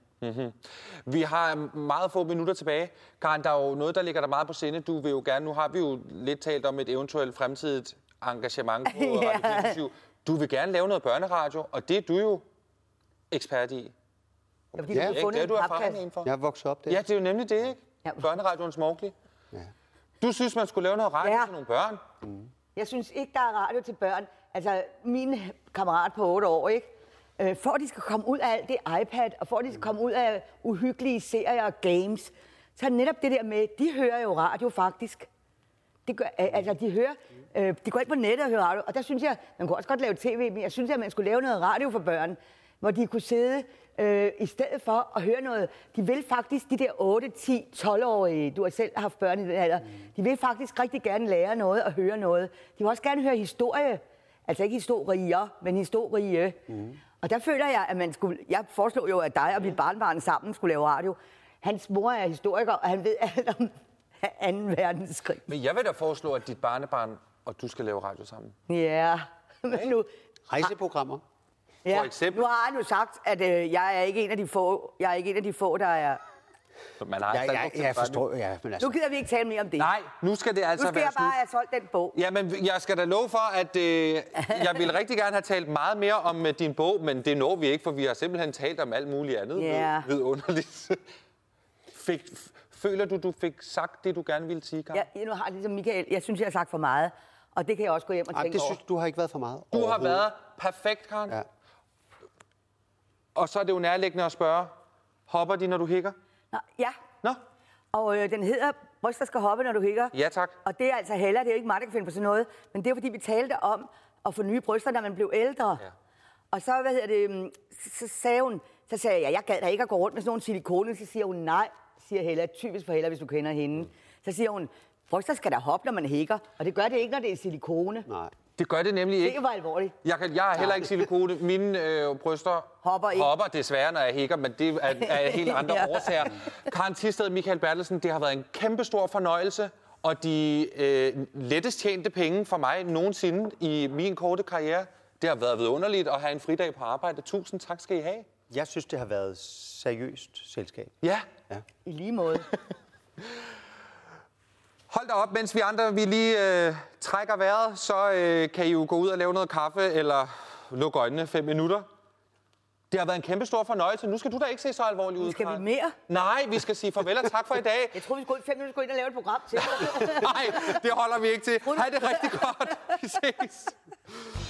Vi har meget få minutter tilbage. Karen, der er jo noget, der ligger der meget på sinde. Du vil jo gerne, nu har vi jo lidt talt om et eventuelt fremtidigt engagement på Radio 24. Du vil gerne lave noget børneradio, og det er du jo ekspert i. Ja, fordi det er du erfaring indenfor. Jeg er vokset op der. Ja, det er jo nemlig det, ikke? Ja. Børneradioens Mowgli. Ja. Du synes, man skulle lave noget radio til nogle børn? Jeg synes ikke, der er radio til børn. Altså, min kammerat på 8 år, ikke? For at de skal komme ud af alt det iPad, og for at de skal komme ud af uhyggelige serier og games, så er netop det der med, de hører jo radio faktisk. Det gør, altså, de går ikke på nettet og hører radio, og der synes jeg, man kunne også godt lave tv, men jeg synes, at man skulle lave noget radio for børn, hvor de kunne sidde i stedet for at høre noget. De vil faktisk, de der 8, 10, 12-årige, du har selv haft børn i den alder, de vil faktisk rigtig gerne lære noget og høre noget. De vil også gerne høre historie. Altså ikke historier, men historie. Og der føler jeg, at man skulle... Jeg foreslår jo, at dig og mit barnbarn sammen skulle lave radio. Hans mor er historiker, og han ved alt om 2. verdenskrig. Men jeg vil da foreslå, at dit barnebarn og du skal lave radio sammen. Ja, men nu... Rejseprogrammer. Ja, for eksempel. Nu har han jo sagt, at jeg er ikke en af de få, der er... Jeg forstår, men altså... Nu gider vi ikke tale mere om det. Nej, nu skal det altså være Nu skal jeg bare have solgt den bog. Jamen, jeg skal da love for, at jeg ville rigtig gerne have talt meget mere om din bog, men det når vi ikke, for vi har simpelthen talt om alt muligt andet vidunderligt. Føler du fik sagt det, du gerne ville sige, Karen? Ja, nu har jeg ligesom Michael. Jeg synes, jeg har sagt for meget, og det kan jeg også gå hjem og tænke over. Synes du har ikke været for meget. Du har været perfekt, Karen. Ja. Og så er det jo nærliggende at spørge, hopper de, når du hikker? Ja. Nå? Og den hedder Bryster skal hoppe, når du hikker. Ja, tak. Og det er altså Hella, det er jo ikke mig, der kan finde på sådan noget. Men det er fordi, vi talte om at få nye bryster, når man blev ældre. Ja. Og så, så sagde jeg gad da ikke at gå rundt med sådan nogle silikone. Så siger hun, nej, siger Hella, typisk for Hella, hvis du kender hende. Så siger hun, bryster skal da hoppe, når man hikker. Og det gør det ikke, når det er silikone. Nej. Det gør det nemlig ikke. Det var alvorligt. Jeg har heller ikke silikone. Mine bryster hopper desværre, når jeg hikker, men det er helt andre årsager. Karen Thisted, Michael Bertelsen, det har været en kæmpestor fornøjelse, og de lettest tjente penge for mig nogensinde i min korte karriere, Det har været vidunderligt at have en fridag på arbejde. Tusind tak skal I have. Jeg synes, det har været seriøst selskab. Ja. I lige måde. Hold da op, mens vi andre vi lige trækker vejret, så kan I jo gå ud og lave noget kaffe, eller lukke øjnene 5 minutter. Det har været en kæmpe stor fornøjelse. Nu skal du da ikke se så alvorligt ud, Skal vi mere? Nej, vi skal sige farvel og tak for i dag. Jeg tror, vi skal gå 5 minutter, gå ind og lave et program til. Nej, det holder vi ikke til. Hej det rigtig godt. Vi ses.